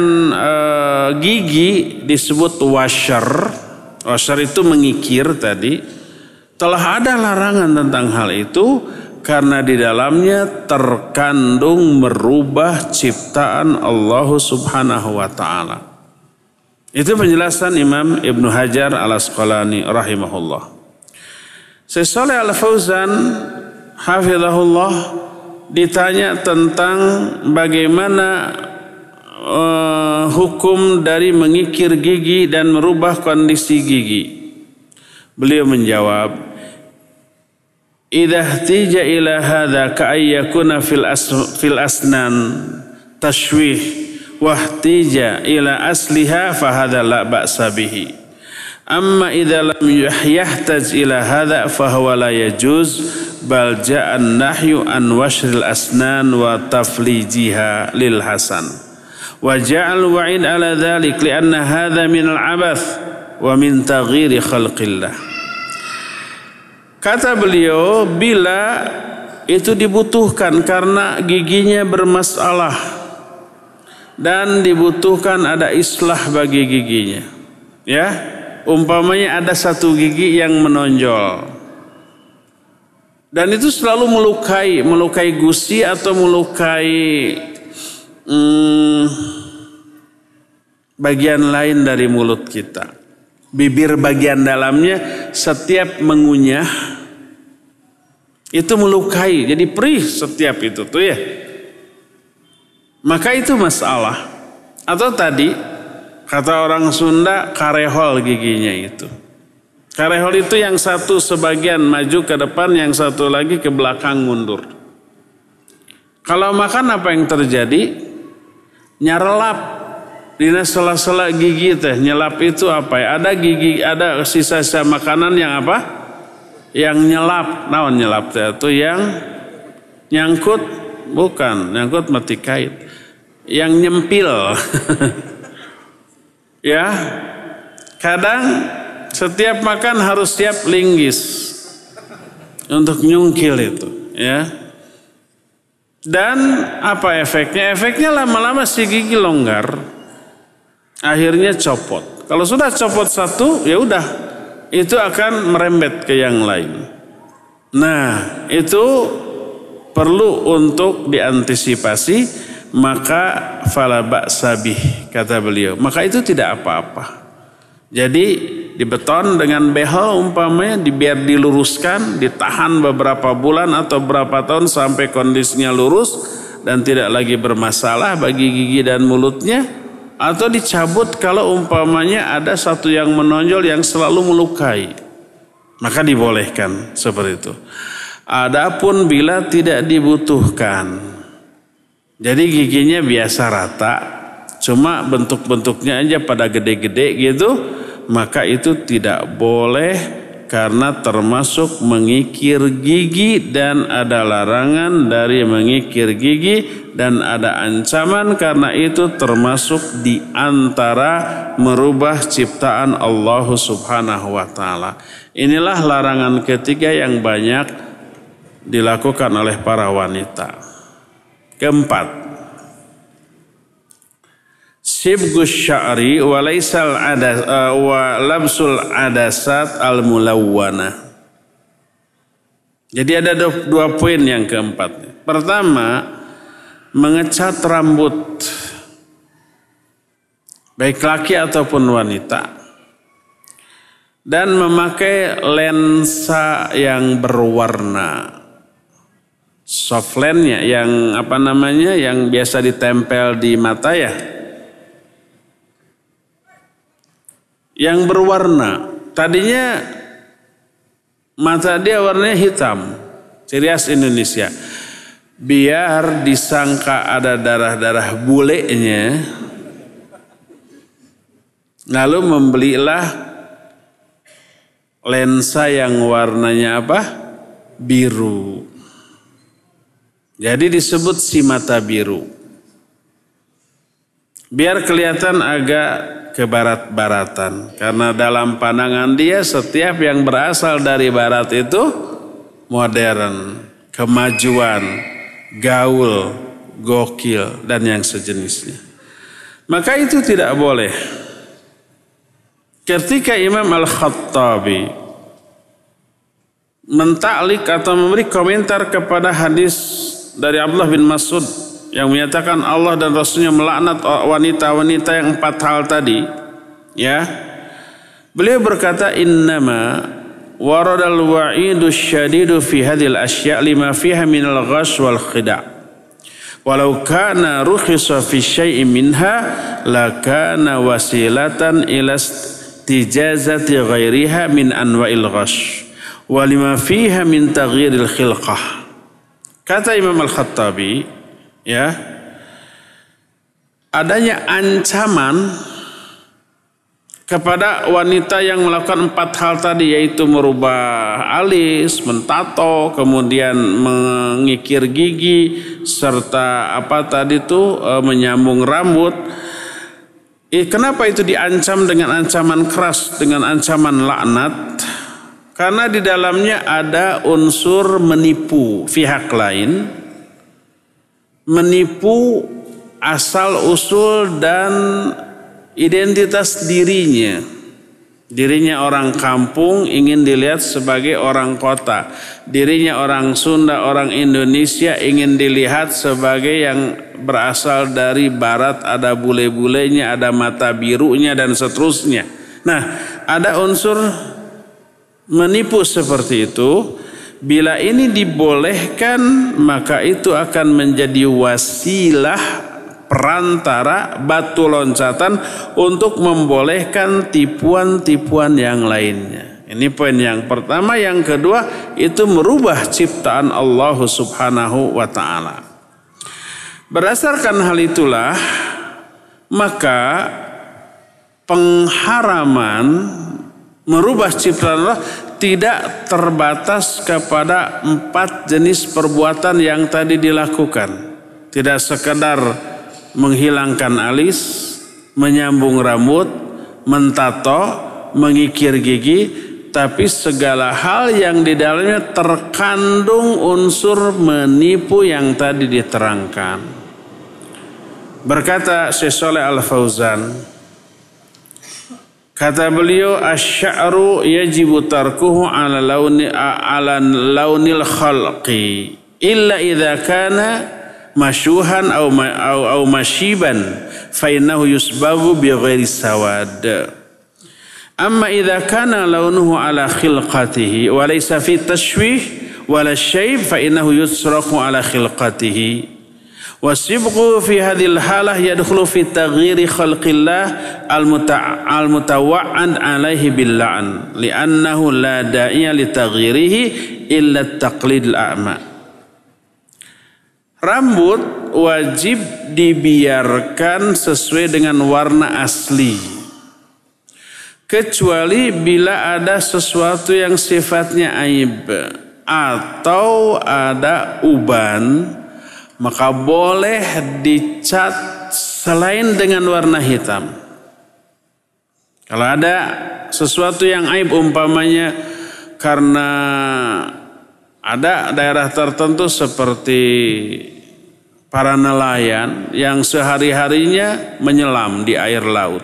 gigi disebut wasyr. Wasyr itu mengikir tadi. Telah ada larangan tentang hal itu karena di dalamnya terkandung merubah ciptaan Allah Subhanahu wa taala. Itu penjelasan Imam Ibnu Hajar Al-Asqalani rahimahullah. Syekh Shalih Al-Fauzan hafizahullah ditanya tentang bagaimana hukum dari mengikir gigi dan merubah kondisi gigi? Beliau menjawab, idza ihtija ila hadza ka ayyakuna fil asnan tashwih wa ihtija ila asliha fa hadza la ba'sa bihi. Amma idza lam yahtaj ila hadza fa huwa la yajuz bal ja'a an-nahyu an washril asnan wa taflijiha lil hasan wa ja'al wa'id ala dhalik li'anna hadza min al-'abath wa min taghyiri khalqillah. Kata beliau, bila itu dibutuhkan karena giginya bermasalah dan dibutuhkan ada islah bagi giginya, ya, umpamanya ada satu gigi yang menonjol dan itu selalu melukai gusi atau melukai bagian lain dari mulut kita. Bibir bagian dalamnya setiap mengunyah itu melukai, jadi perih setiap itu tuh ya. Maka itu masalah. Atau tadi kata orang Sunda karehol giginya itu. Karehol itu yang satu sebagian maju ke depan, yang satu lagi ke belakang mundur. Kalau makan apa yang terjadi? Nyarelap. Dina sela-sela gigi teh nyelap itu apa ya? Ada gigi, ada sisa-sisa makanan yang apa? Yang nyelap. Naon nyelap teh? Itu yang nyangkut, bukan nyangkut mati kait. Yang nyempil. Ya. Kadang setiap makan harus siap linggis untuk nyungkil itu, ya. Dan apa efeknya? Efeknya lama-lama si gigi longgar. Akhirnya copot. Kalau sudah copot satu, ya udah, itu akan merembet ke yang lain. Nah, itu perlu untuk diantisipasi. Maka fala ba'sa bih, kata beliau. Maka itu tidak apa-apa. Jadi dibeton dengan behel umpamanya, biar diluruskan, ditahan beberapa bulan atau berapa tahun sampai kondisinya lurus dan tidak lagi bermasalah bagi gigi dan mulutnya. Atau dicabut kalau umpamanya ada satu yang menonjol yang selalu melukai. Maka dibolehkan seperti itu. Adapun bila tidak dibutuhkan, jadi giginya biasa rata, cuma bentuk-bentuknya aja pada gede-gede gitu, maka itu tidak boleh karena termasuk mengikir gigi dan ada larangan dari mengikir gigi dan ada ancaman karena itu termasuk di antara merubah ciptaan Allah Subhanahu wa taala. Inilah larangan ketiga yang banyak dilakukan oleh para wanita. Keempat, sibgus sya'ri wa laisal adas wa labsul adasat al mulawwana. Jadi ada dua poin yang keempat. Pertama, mengecat rambut baik laki ataupun wanita dan memakai lensa yang berwarna. Soft lens-nya yang apa namanya, yang biasa ditempel di mata ya, yang berwarna. Tadinya mata dia warnanya hitam, ciri khas Indonesia. Biar disangka ada darah-darah bulenya, lalu membelilah lensa yang warnanya apa? Biru. Jadi disebut si mata biru. Biar kelihatan agak kebarat-baratan. Karena dalam pandangan dia setiap yang berasal dari barat itu modern, kemajuan, gaul, gokil, dan yang sejenisnya. Maka itu tidak boleh. Ketika Imam Al-Khattabi mentaklik atau memberi komentar kepada hadis dari Abdullah bin Mas'ud yang menyatakan Allah dan Rasulnya melaknat wanita-wanita yang 4 hal tadi, ya, beliau berkata, innama waradal wa'idu syadidu fi hadhil asya' lima fiha minal ghash wal khida' Walau kana rukhisa fi syai'in minha lakana wasilatan ila tijazati ghairiha min anwa'il ghash wa lima fiha min taghyiril khilqah. Kata Imam Al-Khattabi, ya, adanya ancaman kepada wanita yang melakukan 4 hal tadi, yaitu merubah alis, mentato, kemudian mengikir gigi, serta menyambung rambut. Kenapa itu diancam dengan ancaman keras, dengan ancaman laknat? Karena di dalamnya ada unsur menipu pihak lain, menipu asal usul dan identitas dirinya. Dirinya orang kampung ingin dilihat sebagai orang kota. Dirinya orang Sunda, orang Indonesia ingin dilihat sebagai yang berasal dari barat, ada bule-bulenya, ada mata birunya dan seterusnya. Nah, ada unsur menipu seperti itu. Bila ini dibolehkan, maka itu akan menjadi wasilah, perantara, batu loncatan untuk membolehkan tipuan-tipuan yang lainnya. Ini poin yang pertama. Yang kedua, itu merubah ciptaan Allah Subhanahu wa ta'ala. Berdasarkan hal itulah, maka pengharaman merubah ciptaan Allah tidak terbatas kepada 4 jenis perbuatan yang tadi dilakukan. Tidak sekedar menghilangkan alis, menyambung rambut, mentato, mengikir gigi, tapi segala hal yang di dalamnya terkandung unsur menipu yang tadi diterangkan. Berkata Syekh Shalih Al-Fauzan, kata beliau, asy-sya'ru yajibu tarkuhu ala launil khalqi illa idza kana masyuhan au masyiban fa innahu yusbagu bi ghairi sawad. Amma idza kana launuhu ala khilqatihi wa laysa fi tashwih wala syayb fa innahu yusraku ala khilqatihi. Wasibqu fi hadhil halah yadkhulu fi taghyiri khalqillah al-mutawa'ad alaihi bil la'n li'annahu la da'iya li taghyirihi illa at-taqlidul a'ma. Rambut wajib dibiarkan sesuai dengan warna asli, kecuali bila ada sesuatu yang sifatnya aib atau ada uban, maka boleh dicat selain dengan warna hitam. Kalau ada sesuatu yang aib, umpamanya karena ada daerah tertentu seperti para nelayan yang sehari-harinya menyelam di air laut.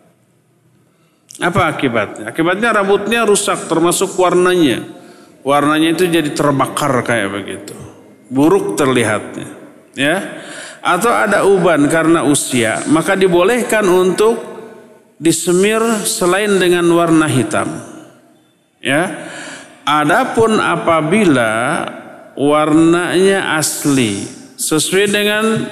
Apa akibatnya? Akibatnya rambutnya rusak, termasuk warnanya. Warnanya itu jadi terbakar kayak begitu. Buruk terlihatnya. Ya. Atau ada uban karena usia, maka dibolehkan untuk disemir selain dengan warna hitam. Ya. Adapun apabila warnanya asli sesuai dengan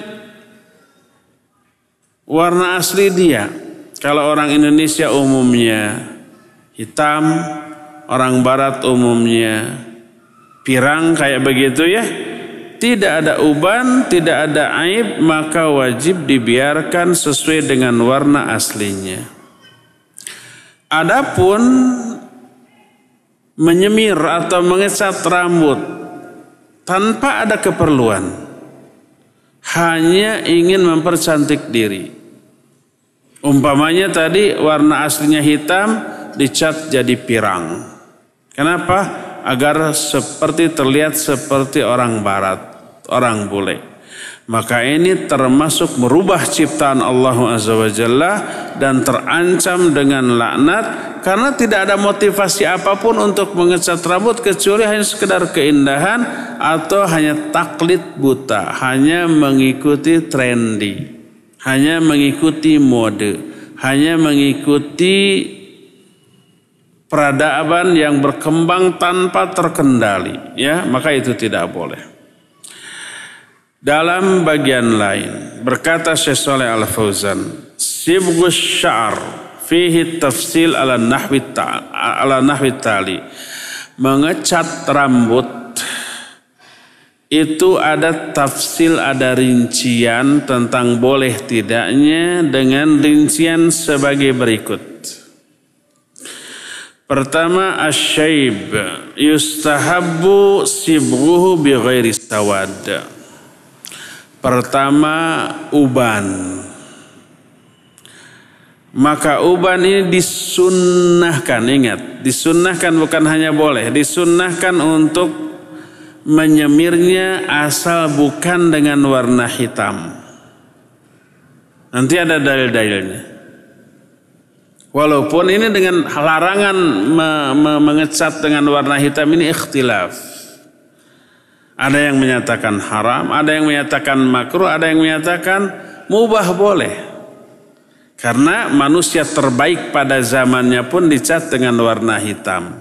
warna asli dia, kalau orang Indonesia umumnya hitam, orang Barat umumnya pirang kayak begitu ya, tidak ada uban, tidak ada aib, maka wajib dibiarkan sesuai dengan warna aslinya. Adapun menyemir atau mengecat rambut tanpa ada keperluan, hanya ingin mempercantik diri. Umpamanya tadi warna aslinya hitam, dicat jadi pirang. Kenapa? Agar seperti terlihat seperti orang Barat, orang bule. Maka ini termasuk merubah ciptaan Allah Azza wa Jalla dan terancam dengan laknat, karena tidak ada motivasi apapun untuk mengecat rambut kecuali hanya sekedar keindahan atau hanya taklid buta, hanya mengikuti trendy, hanya mengikuti mode, hanya mengikuti peradaban yang berkembang tanpa terkendali, ya, maka itu tidak boleh. Dalam bagian lain berkata Syekh Shalih Al Fauzan, sibghus sya'r fihi tafsil ala nahwi tali. Mengecat rambut itu ada tafsil, ada rincian tentang boleh tidaknya dengan rincian sebagai berikut. Pertama, asyaib yustahabbu sibghuhu bi ghairi sawad. Pertama, uban. Maka uban ini disunnahkan, ingat, disunnahkan bukan hanya boleh, disunnahkan untuk menyemirnya asal bukan dengan warna hitam. Nanti ada dalil-dalilnya. Walaupun ini dengan larangan mengecat dengan warna hitam ini ikhtilaf. Ada yang menyatakan haram, ada yang menyatakan makruh, ada yang menyatakan mubah boleh. Karena manusia terbaik pada zamannya pun dicat dengan warna hitam.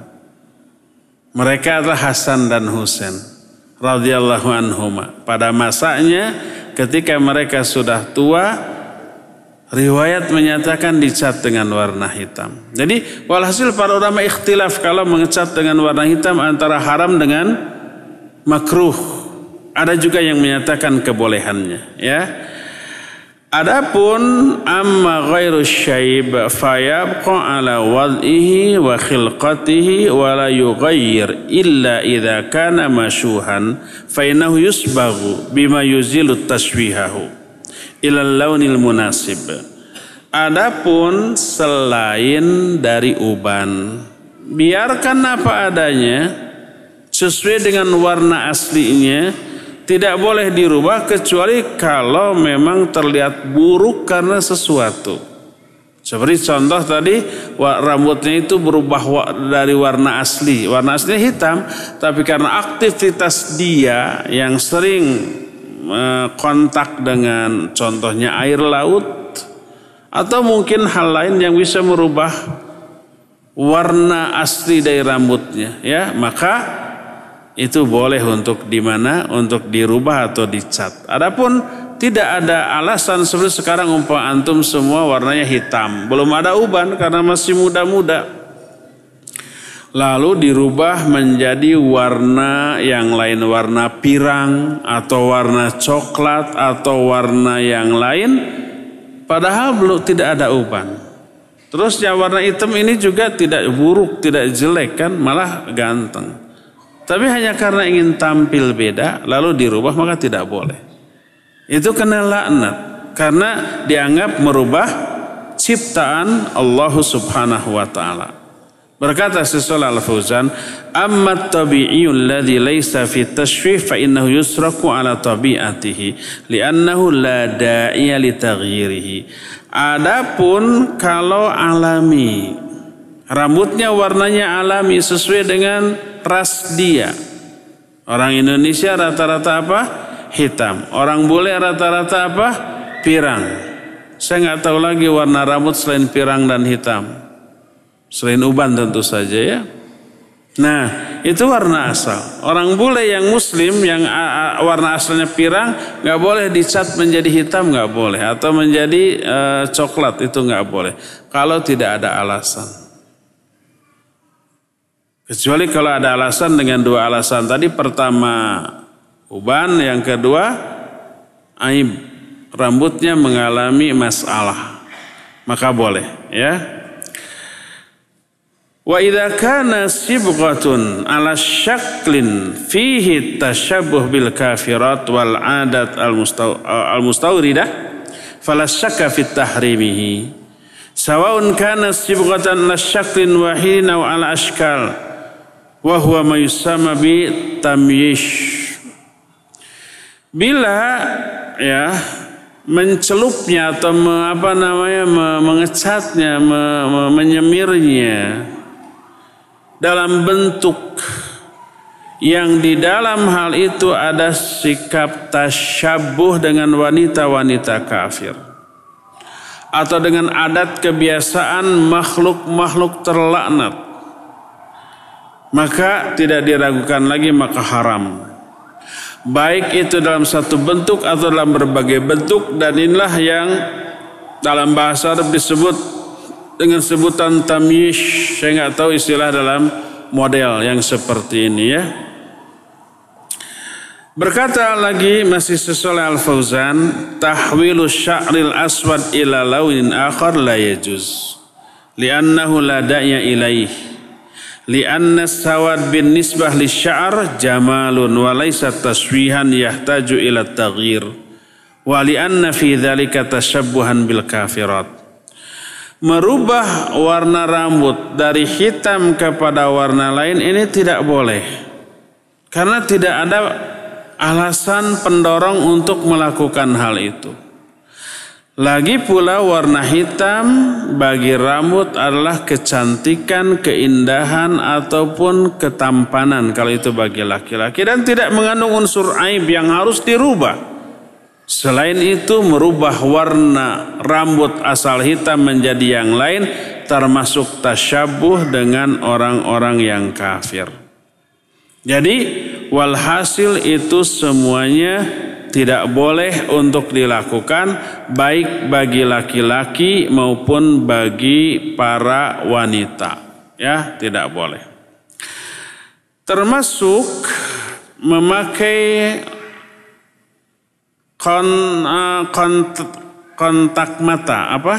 Mereka adalah Hasan dan Husain radhiyallahu anhuma. Pada masanya ketika mereka sudah tua, riwayat menyatakan dicat dengan warna hitam. Jadi walhasil para ulama ikhtilaf kalau mengecat dengan warna hitam antara haram dengan makruh. Ada juga yang menyatakan kebolehannya, ya. Adapun amma ghairu syaib fayabqa ala wad'ihi wa khilqatihi wa la yughayyir illa idza kana masyuhan fa innahu yusbaghu bima yuzilu tashwihahu ila launil munasib. Adapun selain dari uban, biarkan apa adanya sesuai dengan warna aslinya. Tidak boleh dirubah kecuali kalau memang terlihat buruk karena sesuatu. Seperti contoh tadi, rambutnya itu berubah dari warna asli. Warna aslinya hitam, tapi karena aktivitas dia yang sering kontak dengan contohnya air laut, atau mungkin hal lain yang bisa merubah warna asli dari rambutnya, ya, maka itu boleh untuk untuk dirubah atau dicat. Adapun tidak ada alasan seperti sekarang umpama antum semua warnanya hitam, belum ada uban karena masih muda-muda, lalu dirubah menjadi warna yang lain, warna pirang atau warna coklat atau warna yang lain, padahal belum tidak ada uban. Terus yang warna hitam ini juga tidak buruk, tidak jelek kan, malah ganteng. Tapi hanya karena ingin tampil beda lalu dirubah maka tidak boleh. Itu kena laknat karena dianggap merubah ciptaan Allah Subhanahu wa taala. Berkata Syekh Shalih Al Fauzan, "Amma at-tabi'iyyu alladhi laysa fi tashwih fa innahu yusraku ala tabi'atihi li'annahu la da'iya li taghyirihi." Adapun kalau alami, rambutnya warnanya alami sesuai dengan ras dia. Orang Indonesia rata-rata apa? Hitam. Orang bule rata-rata apa? Pirang. Saya nggak tahu lagi warna rambut selain pirang dan hitam. Selain uban tentu saja, ya. Nah, itu warna asal. Orang bule yang muslim yang warna asalnya pirang nggak boleh dicat menjadi hitam, nggak boleh, atau menjadi coklat, itu nggak boleh. Kalau tidak ada alasan. Kecuali kalau ada alasan dengan dua alasan tadi. Pertama uban, yang kedua aib, rambutnya mengalami masalah, maka boleh, ya. Wa idza kana sibghatun ala syaklin fihi tashabbuh bil kafirat wal adat al mustawridah fala syakka fit tahrimihi sawa'un kana sibghatan ala syaklin wahidin aw ala ashkal wa huwa ma yusamma bi tamyish. Bila, ya, mencelupnya atau mengecatnya, menyemirnya dalam bentuk yang di dalam hal itu ada sikap tasyabuh dengan wanita-wanita kafir atau dengan adat kebiasaan makhluk-makhluk terlaknat, maka tidak diragukan lagi, maka haram. baik itu dalam satu bentuk atau dalam berbagai bentuk, dan inilah yang dalam bahasa Arab disebut dengan sebutan tamyiz. Saya nggak tahu istilah dalam model yang seperti ini ya. Berkata lagi masih Shalih Al-Fauzan, tahwilu sya'ril aswad ila launin akhar la yajuz li'annahu la da'ya ilaih li'anna sawad bin nisbah li sya'r jamalun wa laysa taswihan yahtaju ila taghyir wa li'anna fi dhalika tashabbuhan bil kafirat. Merubah warna rambut dari hitam kepada warna lain ini tidak boleh, karena tidak ada alasan pendorong untuk melakukan hal itu. Lagi pula warna hitam bagi rambut adalah kecantikan, keindahan ataupun ketampanan kalau itu bagi laki-laki, dan tidak mengandung unsur aib yang harus dirubah. Selain itu, merubah warna rambut asal hitam menjadi yang lain termasuk tasyabuh dengan orang-orang yang kafir. Jadi walhasil itu semuanya tidak boleh untuk dilakukan, baik bagi laki-laki maupun bagi para wanita. Ya, tidak boleh. Termasuk memakai kontak mata, apa?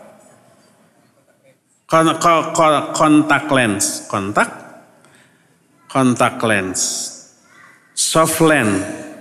Kontak lens, kontak lens, soft lens.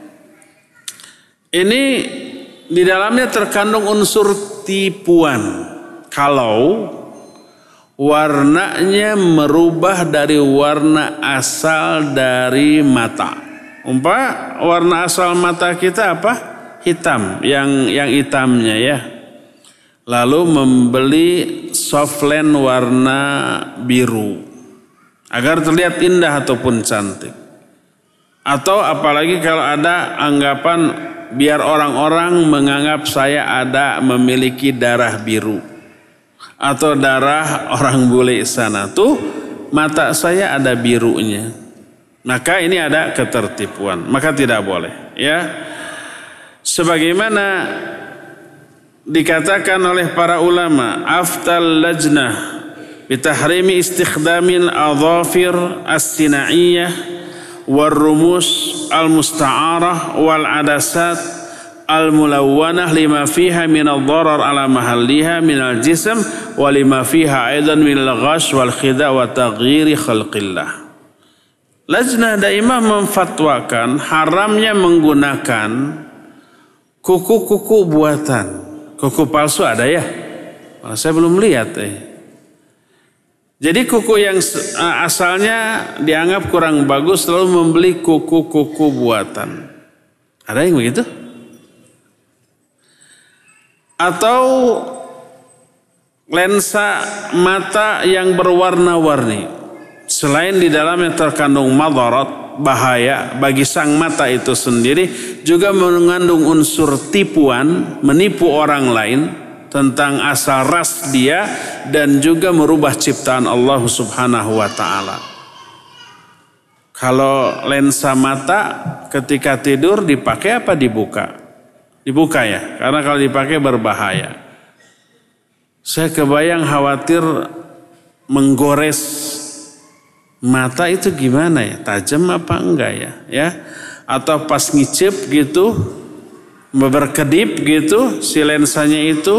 Ini di dalamnya terkandung unsur tipuan. Kalau warnanya merubah dari warna asal dari mata. Warna asal mata kita apa? Hitam, yang hitamnya ya. Lalu membeli soft lens warna biru agar terlihat indah ataupun cantik. Atau apalagi kalau ada anggapan biar orang-orang menganggap saya memiliki darah biru atau darah orang bule sana, tuh mata saya ada birunya, maka ini ada ketertipuan, maka tidak boleh ya. Sebagaimana dikatakan oleh para ulama, aftal lajnah bitahrimi istikhdamil adhafir as-sinaiyah والرموش المستعارة والعدسات الملونة لما فيها من الضرر على محلها من الجسم ولما فيها أيضا من الغش والخداع وتغيير خلق الله. Lajnah Daimah memfatwakan haramnya menggunakan kuku-kuku buatan. Kuku palsu ada ya? Saya belum lihat Jadi kuku yang asalnya dianggap kurang bagus lalu membeli kuku-kuku buatan. Ada yang begitu? Atau lensa mata yang berwarna-warni. Selain di dalamnya terkandung madarat, bahaya bagi sang mata itu sendiri, juga mengandung unsur tipuan, menipu orang lain tentang asal ras dia, dan juga merubah ciptaan Allah Subhanahu wa ta'ala. Kalau lensa mata ketika tidur dipakai apa dibuka? Dibuka ya, karena kalau dipakai berbahaya. Saya kebayang khawatir menggores mata itu gimana ya, tajam apa enggak ya? Atau pas ngicip gitu, berkedip gitu, si lensanya itu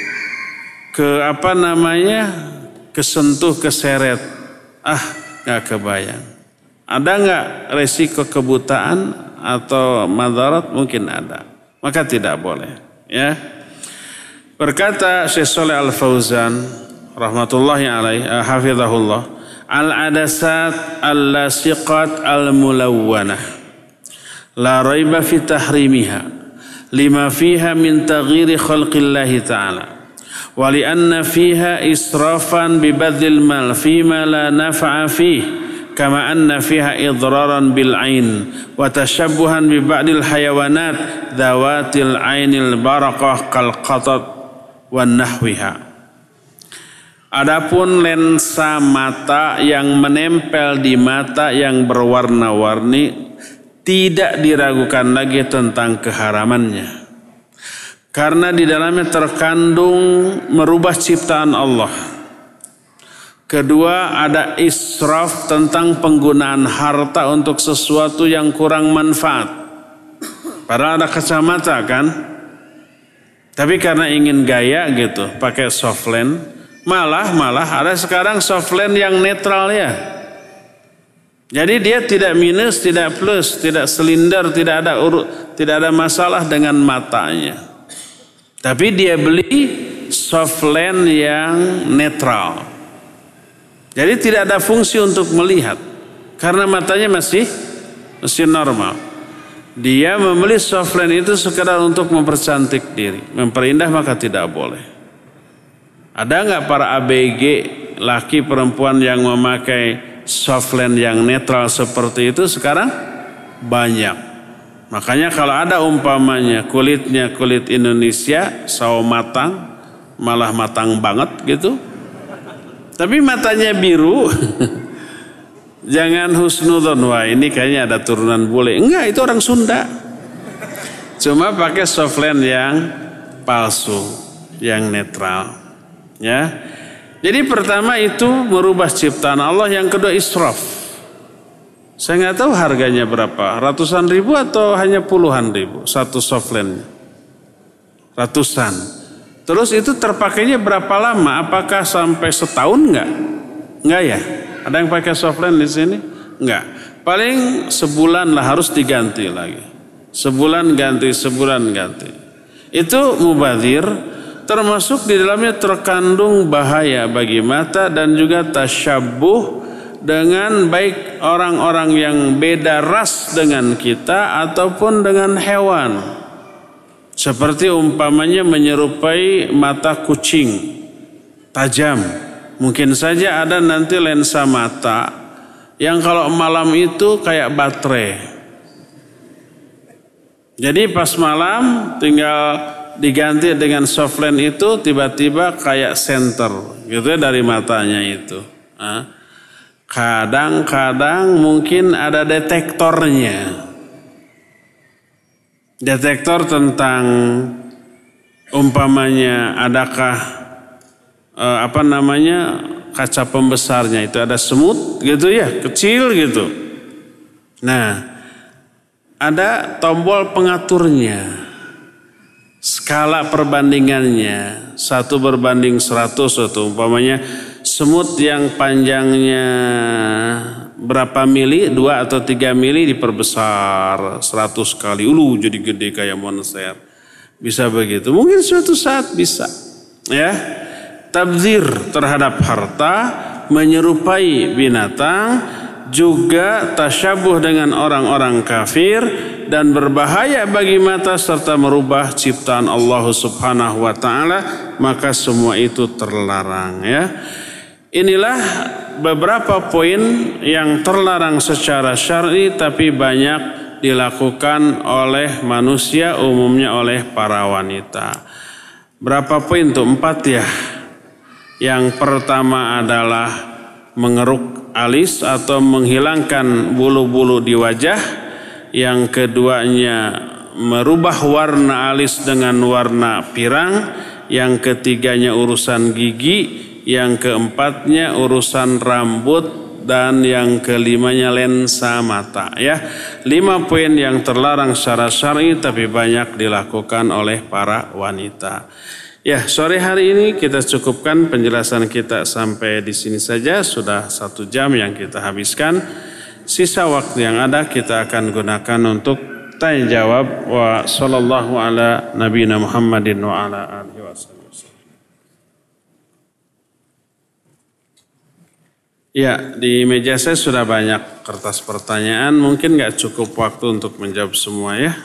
kesentuh, keseret. Gak kebayang. Ada gak resiko kebutaan atau madarat? Mungkin ada. Maka tidak boleh. Ya. Berkata Syekh Shalih Al-Fauzan rahmatullahi alaih, hafizahullah, al-adasat al-lasiqat al-mulawwanah la raiba fi tahrimiha lima fiha min taghyiri khalqillahi ta'ala wa li anna fiha israfan bi badlil mal fima la naf'a fih kama anna fiha idraran bil ain wa tashabbuhan bi ba'dil hayawanat dhawatil ainil barakah kal qatat wan nahwiha. Adapun lensa mata yang menempel di mata yang berwarna-warni tidak diragukan lagi tentang keharamannya. Karena di dalamnya terkandung merubah ciptaan Allah. Kedua, ada israf tentang penggunaan harta untuk sesuatu yang kurang manfaat. Padahal ada kacamata kan? Tapi karena ingin gaya gitu, pakai softland. Malah ada sekarang softland yang netral ya. Jadi dia tidak minus, tidak plus, tidak silinder, tidak ada masalah dengan matanya. Tapi dia beli softland yang netral. Jadi tidak ada fungsi untuk melihat. Karena matanya masih normal. Dia membeli softland itu sekadar untuk mempercantik diri. Memperindah maka tidak boleh. Ada nggak para ABG laki perempuan yang memakai softland yang netral seperti itu sekarang? Banyak. Makanya kalau ada umpamanya kulitnya kulit Indonesia, sawo matang, malah matang banget gitu. Tapi matanya biru, jangan husnudon, wah ini kayaknya ada turunan bule. Enggak, itu orang Sunda. Cuma pakai softland yang palsu, yang netral. Ya. Jadi pertama itu merubah ciptaan Allah, yang kedua israf. Saya nggak tahu harganya berapa, ratusan ribu atau hanya puluhan ribu satu softland. Ratusan. Terus itu terpakainya berapa lama? Apakah sampai setahun enggak? Enggak ya? Ada yang pakai softland di sini? Enggak. Paling sebulan lah harus diganti lagi. Sebulan ganti. Itu mubadzir, termasuk di dalamnya terkandung bahaya bagi mata dan juga tasyabbuh dengan baik orang-orang yang beda ras dengan kita ataupun dengan hewan. Seperti umpamanya menyerupai mata kucing tajam. Mungkin saja ada nanti lensa mata yang kalau malam itu kayak baterai. Jadi pas malam tinggal diganti dengan softland itu tiba-tiba kayak senter gitu ya dari matanya itu. Kadang-kadang mungkin ada detektornya. Detektor tentang umpamanya adakah kaca pembesarnya itu ada semut gitu ya, kecil gitu. Nah, ada tombol pengaturnya. Skala perbandingannya 1 berbanding 100 atau umpamanya semut yang panjangnya berapa mili, 2 atau 3 mili diperbesar 100 kali. Jadi gede kayak monster. Bisa begitu. Mungkin suatu saat bisa. Ya. Tabdzir terhadap harta, menyerupai binatang, juga tasyabuh dengan orang-orang kafir dan berbahaya bagi mata serta merubah ciptaan Allah Subhanahu wa taala, maka semua itu terlarang ya. Inilah beberapa poin yang terlarang secara syar'i tapi banyak dilakukan oleh manusia, umumnya oleh para wanita. Berapa poin tuh? 4 ya. Yang pertama adalah mengeruk alis atau menghilangkan bulu-bulu di wajah. Yang keduanya merubah warna alis dengan warna pirang. Yang ketiganya urusan gigi. Yang keempatnya urusan rambut, dan yang kelimanya lensa mata ya. 5 poin yang terlarang secara syar'i tapi banyak dilakukan oleh para wanita. Ya, sore hari ini kita cukupkan penjelasan kita sampai di sini saja. Sudah 1 jam yang kita habiskan. Sisa waktu yang ada kita akan gunakan untuk tanya jawab. Wa sallallahu ala nabiyina Muhammadin wa ala alihi wasallam. Ya, di meja saya sudah banyak kertas pertanyaan. Mungkin nggak cukup waktu untuk menjawab semua ya.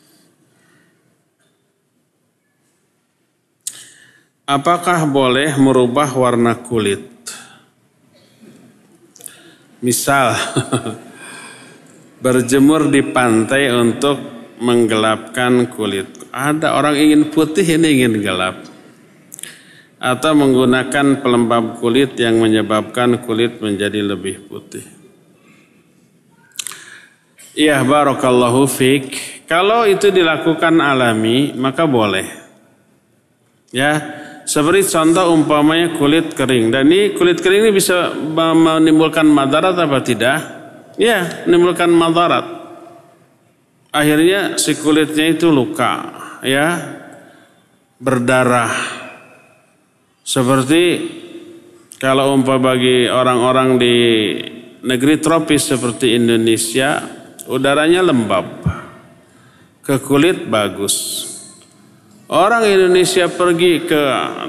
Apakah boleh merubah warna kulit? Misal, berjemur di pantai untuk menggelapkan kulit. Ada orang ingin putih, ini ingin gelap. Atau menggunakan pelembab kulit yang menyebabkan kulit menjadi lebih putih. Iya, barakallahu fik. Kalau itu dilakukan alami, maka boleh. Ya, seperti contoh umpamanya kulit kering. Dan ini kulit kering ini bisa menimbulkan madarat apa tidak? Ya, menimbulkan madarat. Akhirnya si kulitnya itu luka, ya, berdarah. Seperti kalau bagi orang-orang di negeri tropis seperti Indonesia, udaranya lembab, ke kulit bagus. Orang Indonesia pergi ke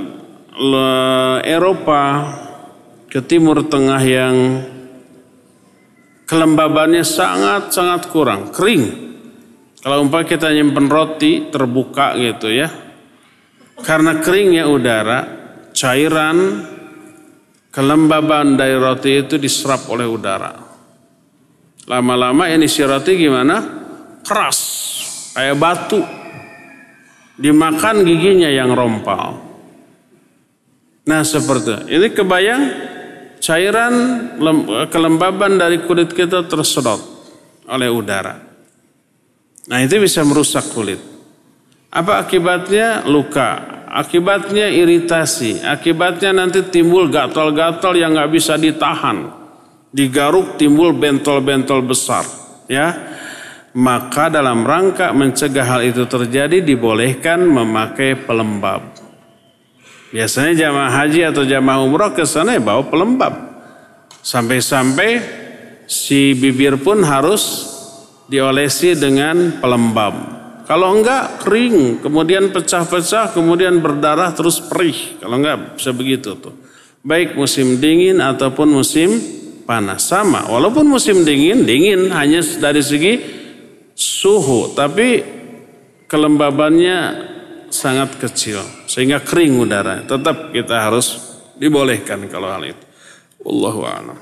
Eropa, ke Timur Tengah yang kelembabannya sangat-sangat kurang, kering. Kalau kita nyimpen roti terbuka gitu ya, karena keringnya udara, cairan kelembaban dari roti itu diserap oleh udara. Lama-lama ini si roti gimana? Keras, kayak batu. Dimakan giginya yang rompal. Nah seperti ini kebayang cairan kelembaban dari kulit kita tersedot oleh udara. Nah itu bisa merusak kulit. Apa akibatnya? Luka. Akibatnya iritasi. Akibatnya nanti timbul gatal-gatal yang nggak bisa ditahan. Digaruk timbul bentol-bentol besar. Ya, maka dalam rangka mencegah hal itu terjadi dibolehkan memakai pelembab. Biasanya jamaah haji atau jamaah umroh ke sana ya bawa pelembab. Sampai-sampai si bibir pun harus diolesi dengan pelembab. Kalau enggak kering, kemudian pecah-pecah, kemudian berdarah terus perih. Kalau enggak bisa begitu tuh. Baik musim dingin ataupun musim panas sama. Walaupun musim dingin hanya dari segi suhu, tapi kelembabannya sangat kecil sehingga kering udara. Tetap kita harus dibolehkan kalau hal itu. Wallahu a'lam.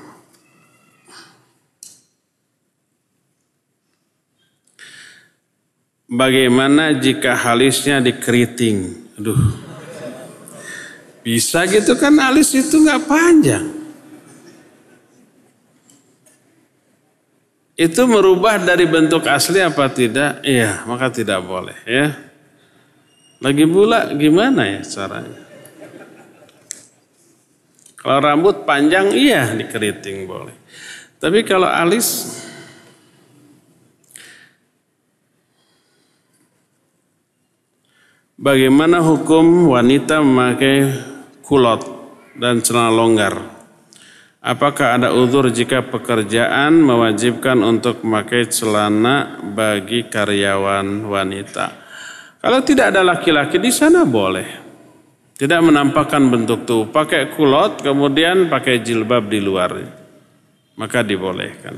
Bagaimana jika alisnya dikeriting? Aduh, bisa gitu kan, alis itu nggak panjang. Itu merubah dari bentuk asli apa tidak? Iya, maka tidak boleh ya. Lagi pula gimana ya caranya? Kalau rambut panjang iya dikeriting boleh. Tapi kalau alis, bagaimana hukum wanita memakai kulot dan celana longgar? Apakah ada uzur jika pekerjaan mewajibkan untuk memakai celana bagi karyawan wanita? Kalau tidak ada laki-laki di sana boleh. Tidak menampakkan bentuk tubuh. Pakai kulot kemudian pakai jilbab di luar. Maka dibolehkan.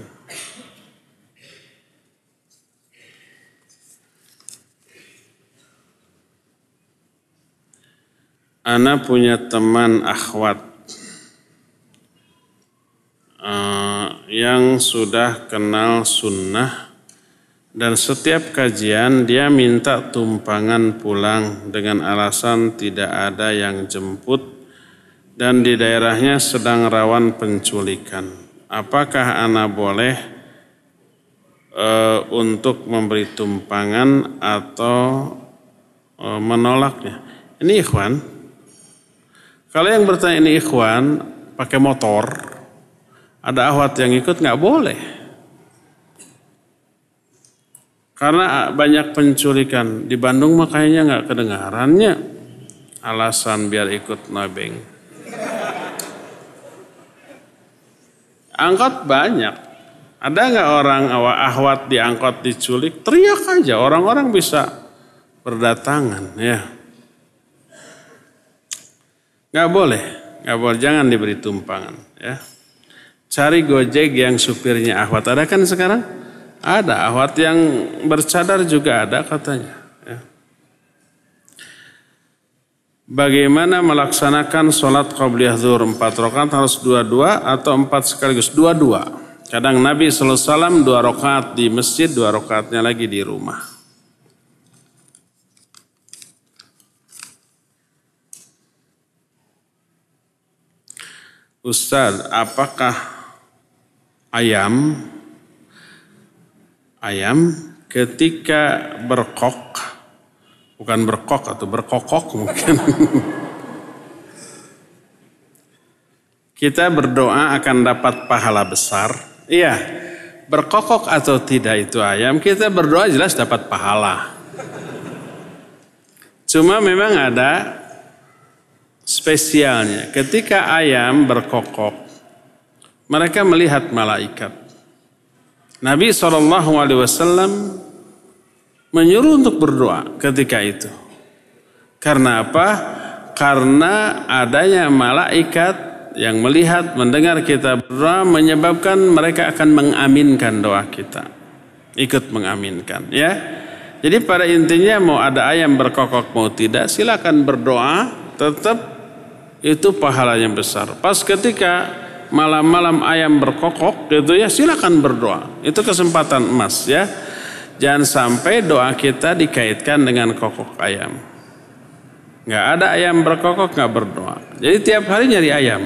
Ana punya teman akhwat yang sudah kenal sunnah dan setiap kajian dia minta tumpangan pulang dengan alasan tidak ada yang jemput dan di daerahnya sedang rawan penculikan. Apakah ana boleh untuk memberi tumpangan atau menolaknya? Ini ikhwan. Kalau yang bertanya ini ikhwan pakai motor, ada akhwat yang ikut nggak boleh. Karena banyak penculikan di Bandung makanya nggak kedengarannya. Alasan biar ikut nebeng. Angkot banyak. Ada nggak orang akhwat di angkot diculik? Teriak aja, orang-orang bisa berdatangan ya. Nggak boleh, jangan diberi tumpangan ya. Cari gojek yang supirnya akhwat. Ada kan sekarang? Ada, akhwat yang bercadar juga ada katanya. Ya. Bagaimana melaksanakan sholat qabliyah zuhur 4 rakaat, harus 2-2 atau 4 sekaligus? 2-2. Kadang Nabi SAW 2 rakaat di masjid, 2 rakaatnya lagi di rumah. Ustaz, apakah ayam ayam ketika berkok, bukan berkok atau berkokok mungkin. Kita berdoa akan dapat pahala besar. Iya, berkokok atau tidak itu ayam, kita berdoa jelas dapat pahala. Cuma memang ada spesialnya. Ketika ayam berkokok, mereka melihat malaikat. Nabi SAW menyuruh untuk berdoa ketika itu. Karena apa? Karena adanya malaikat yang melihat, mendengar kita berdoa menyebabkan mereka akan mengaminkan doa kita. Ikut mengaminkan, ya. Jadi pada intinya mau ada ayam berkokok mau tidak, silakan berdoa, tetap itu pahalanya besar. Pas ketika malam-malam ayam berkokok gitu ya, silakan berdoa. Itu kesempatan emas ya. Jangan sampai doa kita dikaitkan dengan kokok ayam. Nggak ada ayam berkokok nggak berdoa. Jadi tiap hari nyari ayam.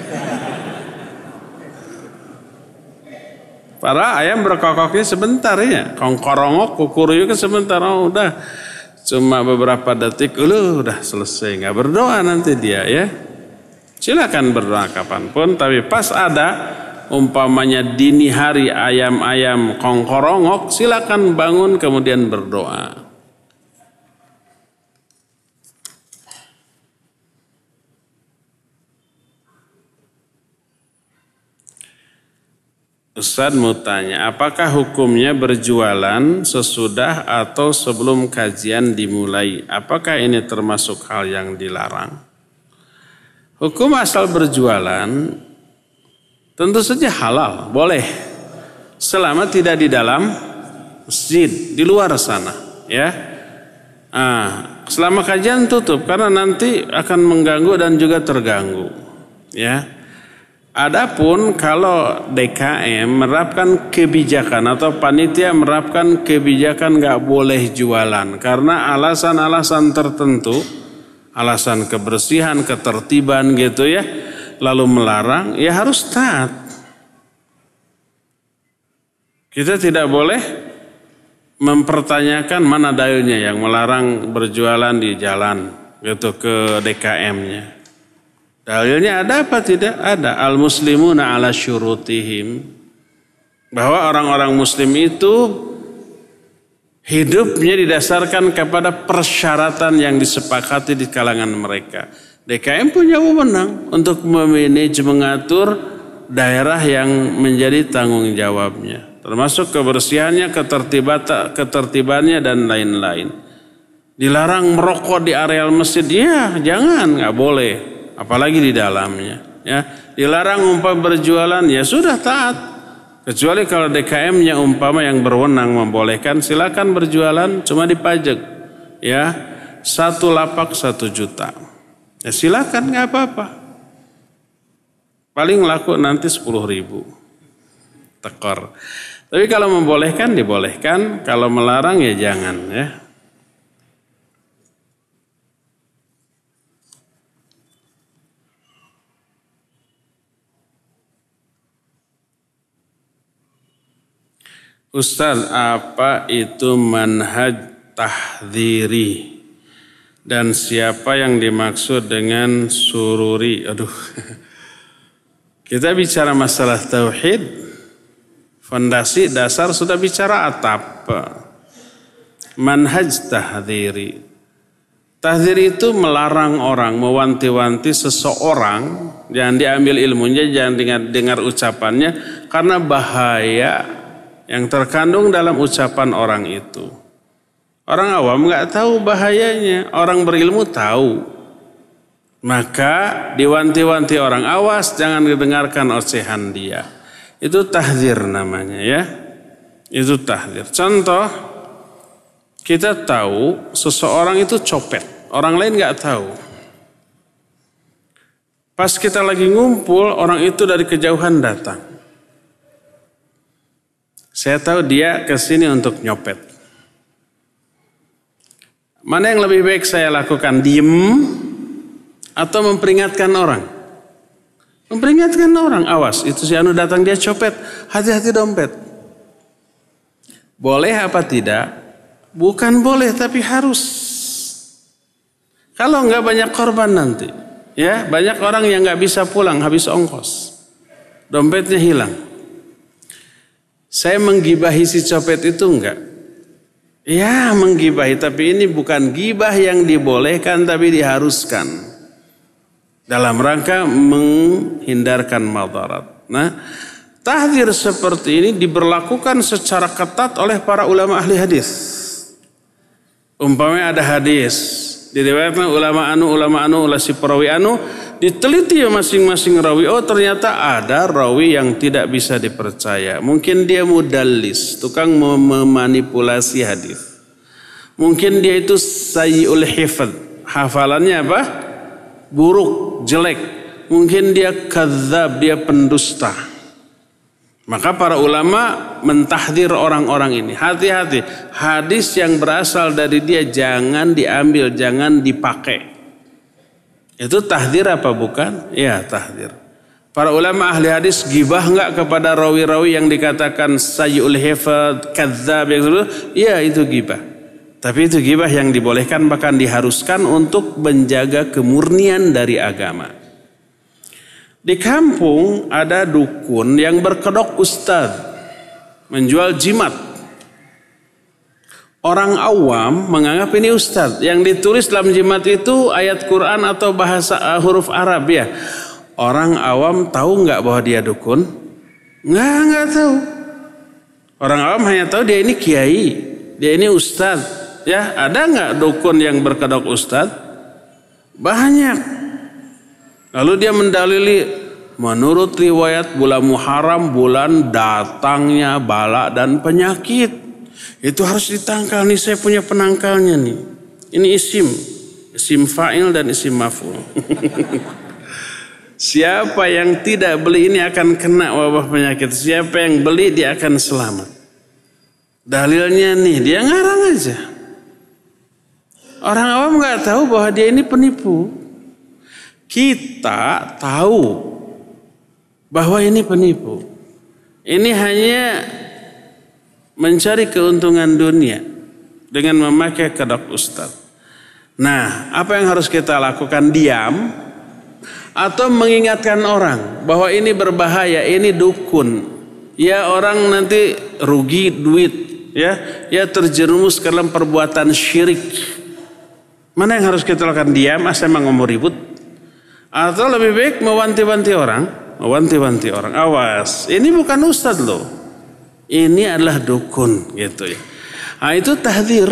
Para ayam berkokoknya sebentar ya. Kongkorongok, kukuruyuk sebentar. Oh, udah cuma beberapa detik. Udah selesai. Nggak berdoa nanti dia ya. Silakan berdoa kapanpun. Tapi pas ada umpamanya dini hari ayam-ayam kongkorongok, silakan bangun kemudian berdoa. Ustadz mau tanya, apakah hukumnya berjualan sesudah atau sebelum kajian dimulai? Apakah ini termasuk hal yang dilarang? Hukum asal berjualan tentu saja halal, boleh. Selama tidak di dalam masjid, di luar sana. Ya. Selama kajian tutup, karena nanti akan mengganggu dan juga terganggu. Ya. Adapun kalau DKM menerapkan kebijakan atau panitia menerapkan kebijakan nggak boleh jualan karena alasan-alasan tertentu, alasan kebersihan, ketertiban gitu ya, lalu melarang, ya harus taat. Kita tidak boleh mempertanyakan mana dalilnya yang melarang berjualan di jalan gitu ke DKM-nya. Dalilnya ada apa tidak? Ada. Al-muslimuna ala syurutihim. Bahwa orang-orang muslim itu hidupnya didasarkan kepada persyaratan yang disepakati di kalangan mereka. DKM punya wewenang untuk memanage, mengatur daerah yang menjadi tanggung jawabnya. Termasuk kebersihannya, ketertibannya dan lain-lain. Dilarang merokok di areal masjid, ya jangan, nggak boleh. Apalagi di dalamnya, ya dilarang berjualan, ya sudah taat. Kecuali kalau DKM-nya umpama yang berwenang membolehkan, silakan berjualan, cuma dipajak, ya 1 lapak 1 juta, ya silakan nggak apa-apa. Paling laku nanti 10.000 tekor. Tapi kalau membolehkan dibolehkan, kalau melarang ya jangan ya. Ustaz, apa itu manhaj tahdhiri dan siapa yang dimaksud dengan sururi? Aduh, kita bicara masalah tauhid, fondasi dasar sudah bicara atap. Manhaj tahdhiri. Tahdhiri itu melarang orang, mewanti-wanti seseorang, jangan diambil ilmunya, jangan dengar ucapannya, karena bahaya yang terkandung dalam ucapan orang itu. Orang awam nggak tahu bahayanya, orang berilmu tahu. Maka diwanti-wanti orang, awas jangan didengarkan ocehan dia. Itu tahdzir namanya ya. Itu tahdzir. Contoh, kita tahu seseorang itu copet, orang lain nggak tahu. Pas kita lagi ngumpul, orang itu dari kejauhan datang. Saya tahu dia kesini untuk nyopet. Mana yang lebih baik saya lakukan? Diem atau memperingatkan orang? Memperingatkan orang, awas itu si anu datang dia copet, hati-hati dompet. Boleh apa tidak? Bukan boleh tapi harus. Kalau enggak banyak korban nanti. Ya, banyak orang yang enggak bisa pulang habis ongkos. Dompetnya hilang. Saya menggibahi si copet itu enggak? Ya, menggibahi, tapi ini bukan gibah yang dibolehkan tapi diharuskan. Dalam rangka menghindarkan madarat. Nah, tahdzir seperti ini diberlakukan secara ketat oleh para ulama ahli hadis. Umpamanya ada hadis diriwayatkan ulama anu ulah si perawi anu, diteliti masing-masing rawi. Oh, ternyata ada rawi yang tidak bisa dipercaya. Mungkin dia mudallis, tukang memanipulasi hadis. Mungkin dia itu sayyi'ul hifdz, hafalannya apa? Buruk, jelek. Mungkin dia kadzdzab, dia pendusta. Maka para ulama mentahdzir orang-orang ini. Hati-hati, hadis yang berasal dari dia jangan diambil, jangan dipakai. Itu tahdzir apa bukan? Ya, tahdzir. Para ulama ahli hadis gibah enggak kepada rawi-rawi yang dikatakan sayyi'ul hifdz, kadzdzab yang sebelum? Ya, itu gibah. Tapi itu gibah yang dibolehkan, bahkan diharuskan untuk menjaga kemurnian dari agama. Di kampung ada dukun yang berkedok ustadz, menjual jimat. Orang awam menganggap ini ustadz. Yang ditulis dalam jimat itu ayat Quran atau bahasa huruf Arab ya. Orang awam tahu nggak bahwa dia dukun? Nggak tahu. Orang awam hanya tahu dia ini kiai, dia ini ustadz. Ya, ada nggak dukun yang berkedok ustadz? Banyak. Lalu dia mendalili menurut riwayat bulan Muharram bulan datangnya bala dan penyakit. Itu harus ditangkal nih, saya punya penangkalnya nih. Ini isim fa'il dan isim maf'ul. Siapa yang tidak beli ini akan kena wabah penyakit. Siapa yang beli dia akan selamat. Dalilnya nih, dia ngarang aja. Orang awam nggak tahu bahwa dia ini penipu. Kita tahu bahwa ini penipu. Ini hanya mencari keuntungan dunia dengan memakai kedok ustadz. Nah, apa yang harus kita lakukan? Diam atau mengingatkan orang bahwa ini berbahaya, ini dukun. Ya, orang nanti rugi duit, ya terjerumus ke dalam perbuatan syirik. Mana yang harus kita lakukan? Diam, saya mau ribut. Atau lebih baik mewanti-wanti orang. Awas, ini bukan ustadz loh. Ini adalah dukun gitu ya. Nah, itu tahdzir.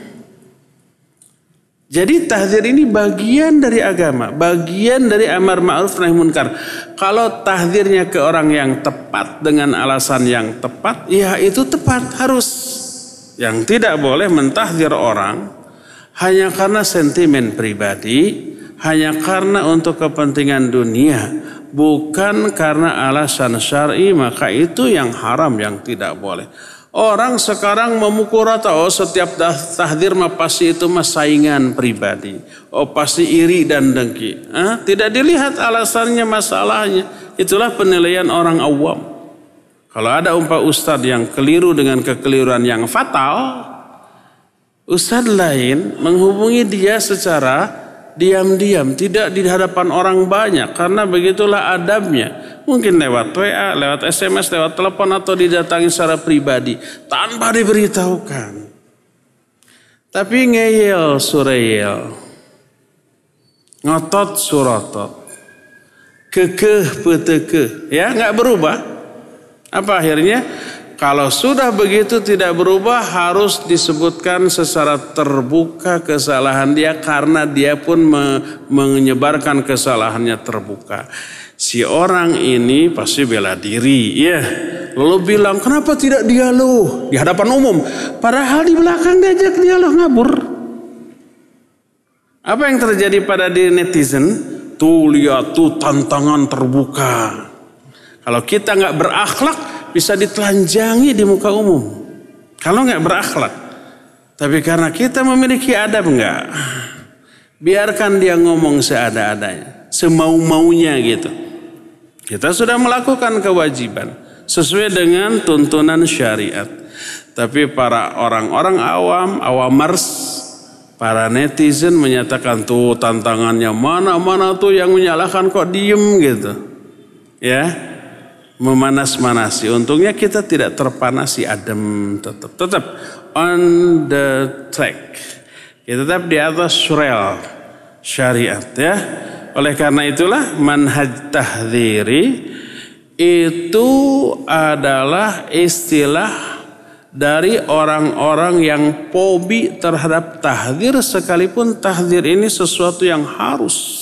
Jadi tahdzir ini bagian dari agama, bagian dari amar ma'ruf nahi munkar. Kalau tahdzirnya ke orang yang tepat dengan alasan yang tepat, ya itu tepat, harus. Yang tidak boleh mentahdzir orang hanya karena sentimen pribadi, hanya karena untuk kepentingan dunia, bukan karena alasan syar'i, maka itu yang haram, yang tidak boleh. Orang sekarang memukul rata, oh setiap tahdzir mah pasti itu mah saingan pribadi. Oh pasti iri dan dengki. Tidak dilihat alasannya, masalahnya. Itulah penilaian orang awam. Kalau ada ustadz yang keliru dengan kekeliruan yang fatal, ustadz lain menghubungi dia secara diam-diam, tidak di hadapan orang banyak, karena begitulah adabnya. Mungkin lewat WA, lewat SMS, lewat telepon, atau didatangi secara pribadi tanpa diberitahukan. Tapi ngeyel sureyel, ngotot surotot, kekeh petekeh, ya nggak berubah. Apa akhirnya? Kalau sudah begitu tidak berubah, harus disebutkan secara terbuka kesalahan dia, karena dia pun menyebarkan kesalahannya terbuka. Si orang ini pasti bela diri, ya. Lalu bilang, kenapa tidak dialog di hadapan umum? Padahal di belakang diajak dialog, ngabur. Apa yang terjadi pada diri netizen? Tuh lihat tuh tantangan terbuka. Kalau kita nggak berakhlak, bisa ditelanjangi di muka umum. Kalau nggak berakhlak. Tapi karena kita memiliki adab, enggak. Biarkan dia ngomong seada-adanya, semau-maunya gitu. Kita sudah melakukan kewajiban sesuai dengan tuntunan syariat. Tapi para orang-orang awamers, para netizen menyatakan tuh tantangannya mana tuh yang menyalahkan kok diem gitu. Ya, memanas-manasi. Untungnya kita tidak terpanasi, adem, tetap on the track. Kita tetap di atas rel syariat ya. Oleh karena itulah manhaj tahdhiri itu adalah istilah dari orang-orang yang fobi terhadap tahdhir, sekalipun tahdhir ini sesuatu yang harus.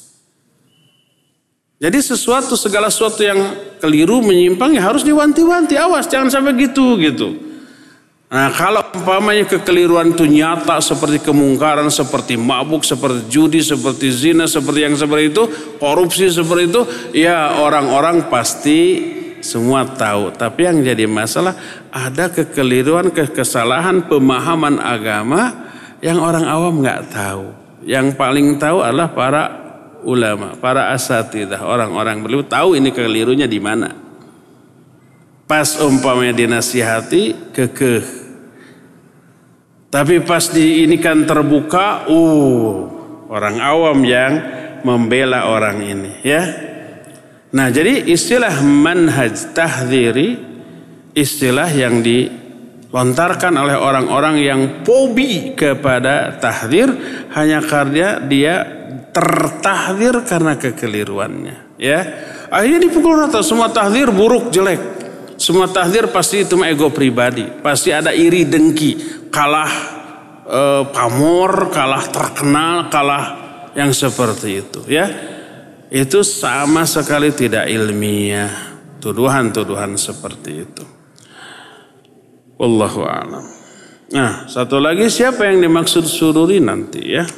Jadi segala sesuatu yang keliru, menyimpang ya harus diwanti-wanti, awas jangan sampai gitu. Nah, kalau umpamanya kekeliruan itu nyata seperti kemungkaran, seperti mabuk, seperti judi, seperti zina, seperti yang seperti itu, korupsi seperti itu, ya orang-orang pasti semua tahu. Tapi yang jadi masalah ada kekeliruan, kesalahan pemahaman agama yang orang awam nggak tahu. Yang paling tahu adalah para ulama, para asatidzah, orang-orang beliau tahu ini kelirunya di mana. Pas umpamanya dinasihati kekeh. Tapi pas ini kan terbuka, orang awam yang membela orang ini, ya. Nah, jadi istilah manhaj tahdhiri istilah yang dilontarkan oleh orang-orang yang fobi kepada tahdhir hanya karena dia tertahdhir karena kekeliruannya, ya. Akhirnya dipukul rata, semua tahdhir buruk, jelek. Semua tahdhir pasti itu ego pribadi, pasti ada iri dengki, kalah pamor, kalah terkenal, kalah yang seperti itu, ya. Itu sama sekali tidak ilmiah, tuduhan-tuduhan seperti itu. Wallahu a'lam. Nah, satu lagi, siapa yang dimaksud sururi nanti, ya?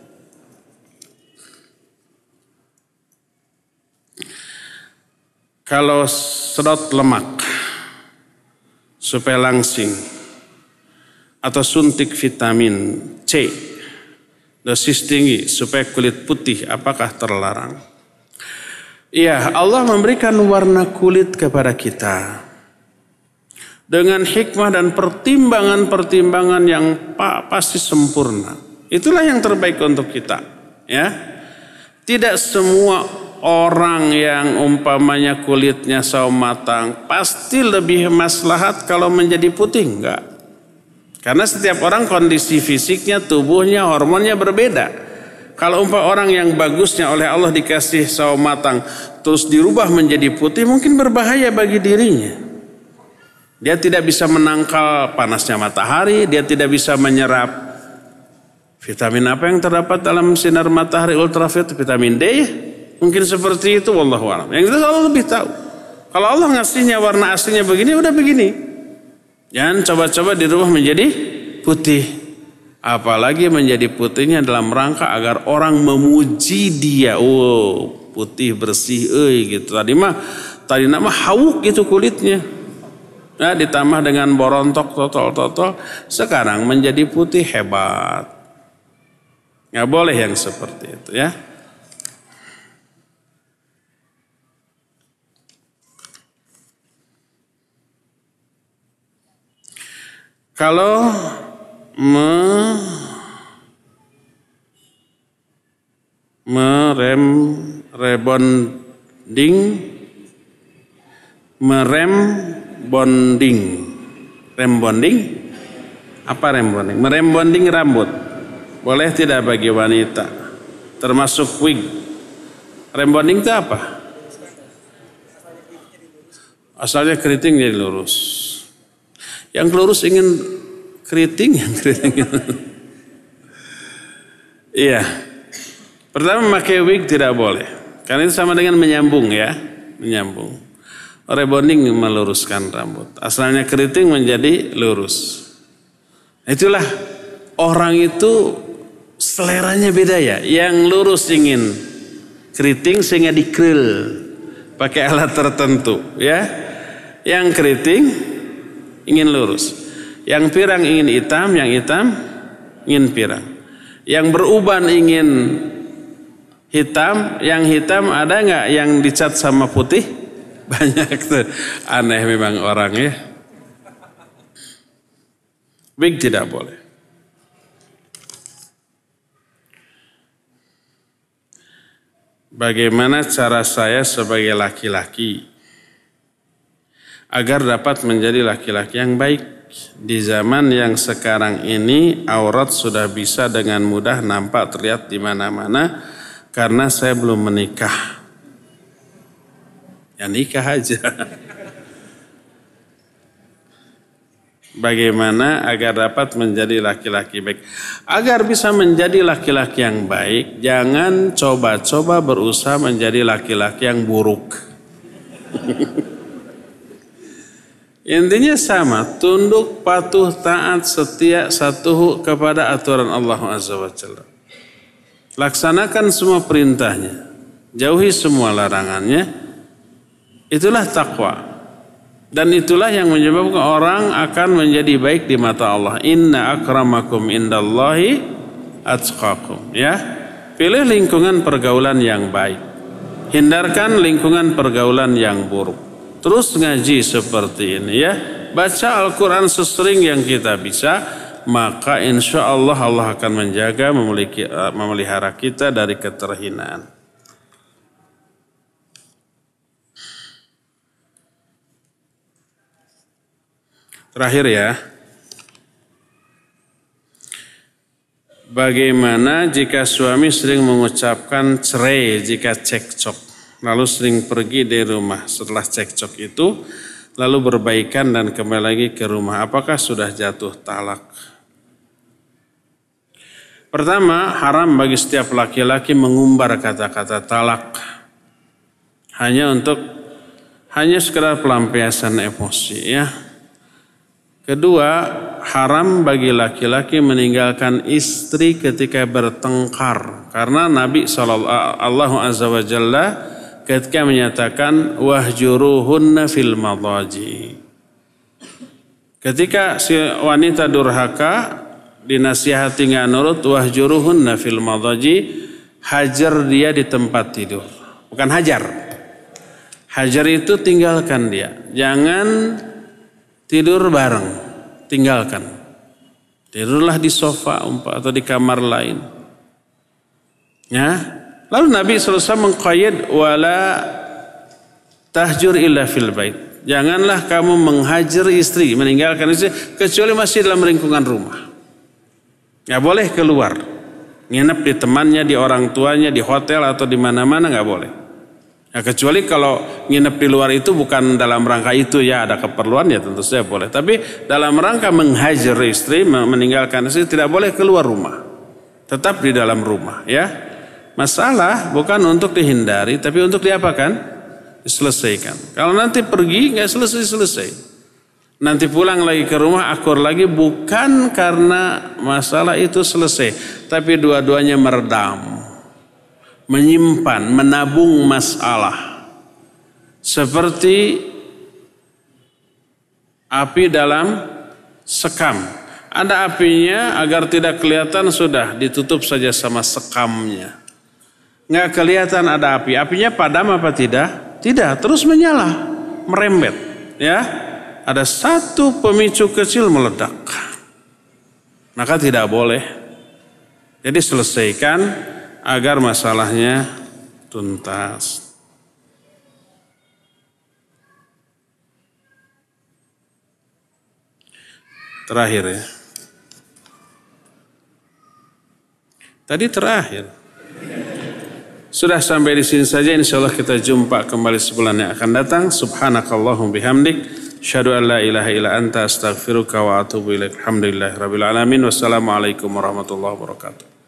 Kalau sedot lemak supaya langsing, atau suntik vitamin C, dosis tinggi supaya kulit putih, apakah terlarang? Iya, Allah memberikan warna kulit kepada kita dengan hikmah dan pertimbangan-pertimbangan yang pasti sempurna. Itulah yang terbaik untuk kita, ya. Tidak semua orang yang umpamanya kulitnya sawo matang pasti lebih maslahat kalau menjadi putih, enggak. Karena setiap orang kondisi fisiknya, tubuhnya, hormonnya berbeda. Kalau orang yang bagusnya oleh Allah dikasih sawo matang terus dirubah menjadi putih, mungkin berbahaya bagi dirinya. Dia tidak bisa menangkal panasnya matahari, dia tidak bisa menyerap vitamin apa yang terdapat dalam sinar matahari ultraviolet, vitamin D. Mungkin seperti itu, wallahu a'lam. Yang itu Allah lebih tahu. Kalau Allah ngasihnya warna aslinya begini, udah begini. Jangan coba-coba dirubah menjadi putih. Apalagi menjadi putihnya dalam rangka agar orang memuji dia. Putih bersih, gitu. Tadi nama hawuk gitu kulitnya. Nah, ditambah dengan borontok, totol. Sekarang menjadi putih, hebat. Nggak boleh yang seperti itu, ya. Kalau merembonding rambut boleh tidak bagi wanita, termasuk wig. Rembonding itu apa? Asalnya keriting jadi lurus. Yang lurus ingin keriting, yang keriting. Iya. Pertama, memakai wig tidak boleh. Karena itu sama dengan menyambung, ya. Menyambung. Rebonding meluruskan rambut. Asalnya keriting menjadi lurus. Itulah orang itu seleranya beda, ya. Yang lurus ingin keriting sehingga dikril pakai alat tertentu, ya. Yang keriting ingin lurus. Yang pirang ingin hitam, yang hitam ingin pirang. Yang beruban ingin hitam, yang hitam ada nggak yang dicat sama putih? Banyak tuh. Aneh memang orang, ya. Baik, tidak boleh. Bagaimana cara saya sebagai laki-laki agar dapat menjadi laki-laki yang baik? Di zaman yang sekarang ini aurat sudah bisa dengan mudah nampak terlihat di mana-mana karena saya belum menikah. Ya nikah aja. Bagaimana agar dapat menjadi laki-laki baik? Agar bisa menjadi laki-laki yang baik, jangan coba-coba berusaha menjadi laki-laki yang buruk. Intinya sama, tunduk, patuh, taat, setia, satu kepada aturan Allah Azza wa Jalla. Laksanakan semua perintahnya, jauhi semua larangannya, itulah takwa. Dan itulah yang menyebabkan orang akan menjadi baik di mata Allah. Inna akramakum indallahi atqakum. Ya, pilih lingkungan pergaulan yang baik. Hindarkan lingkungan pergaulan yang buruk. Terus ngaji seperti ini ya. Baca Al-Quran sesering yang kita bisa. Maka insya Allah Allah akan menjaga, memelihara kita dari keterhinaan. Terakhir ya. Bagaimana jika suami sering mengucapkan cerai jika cekcok? Lalu sering pergi dari rumah setelah cekcok itu, lalu berbaikan dan kembali lagi ke rumah. Apakah sudah jatuh talak? Pertama, haram bagi setiap laki-laki mengumbar kata-kata talak. Hanya sekedar pelampiasan emosi ya. Kedua, haram bagi laki-laki meninggalkan istri ketika bertengkar. Karena Nabi SAW ketika menyatakan wahjuruhunna fil madaji. Ketika si wanita durhaka dinasihati nggak nurut, wahjuruhunna fil madaji, hajar dia di tempat tidur. Bukan hajar. Hajar itu tinggalkan dia. Jangan tidur bareng, tinggalkan. Tidurlah di sofa atau di kamar lain. Ya. Lalu Nabi SAW mengqayyad wala tahjur illa fil bait. Janganlah kamu menghajar istri, meninggalkan istri kecuali masih dalam lingkungan rumah. Nggak boleh keluar. Nginep di temannya, di orang tuanya, di hotel atau di mana-mana nggak boleh. Ya, kecuali kalau nginep di luar itu bukan dalam rangka itu ya ada keperluan ya tentu saja boleh. Tapi dalam rangka menghajar istri, meninggalkan istri tidak boleh keluar rumah. Tetap di dalam rumah ya. Masalah bukan untuk dihindari, tapi untuk diapakan? Diselesaikan. Kalau nanti pergi nggak selesai-selesai. Nanti pulang lagi ke rumah, akur lagi bukan karena masalah itu selesai, tapi dua-duanya meredam, menyimpan, menabung masalah. Seperti api dalam sekam. Ada apinya, agar tidak kelihatan sudah ditutup saja sama sekamnya. Nggak kelihatan ada api. Apinya padam apa tidak? Tidak, terus menyala, merembet. Ya, ada satu pemicu kecil meledak. Maka tidak boleh. Jadi selesaikan agar masalahnya tuntas. Terakhir ya. Tadi terakhir. Sudah sampai di sini saja, insyaallah kita jumpa kembali sebulan yang akan datang. Subhanakallahumma bihamdik, asyhadu an la ilaha illa anta, astaghfiruka wa atubu ilaik. Alhamdulillahirabbil alamin. Wassalamualaikum warahmatullahi wabarakatuh.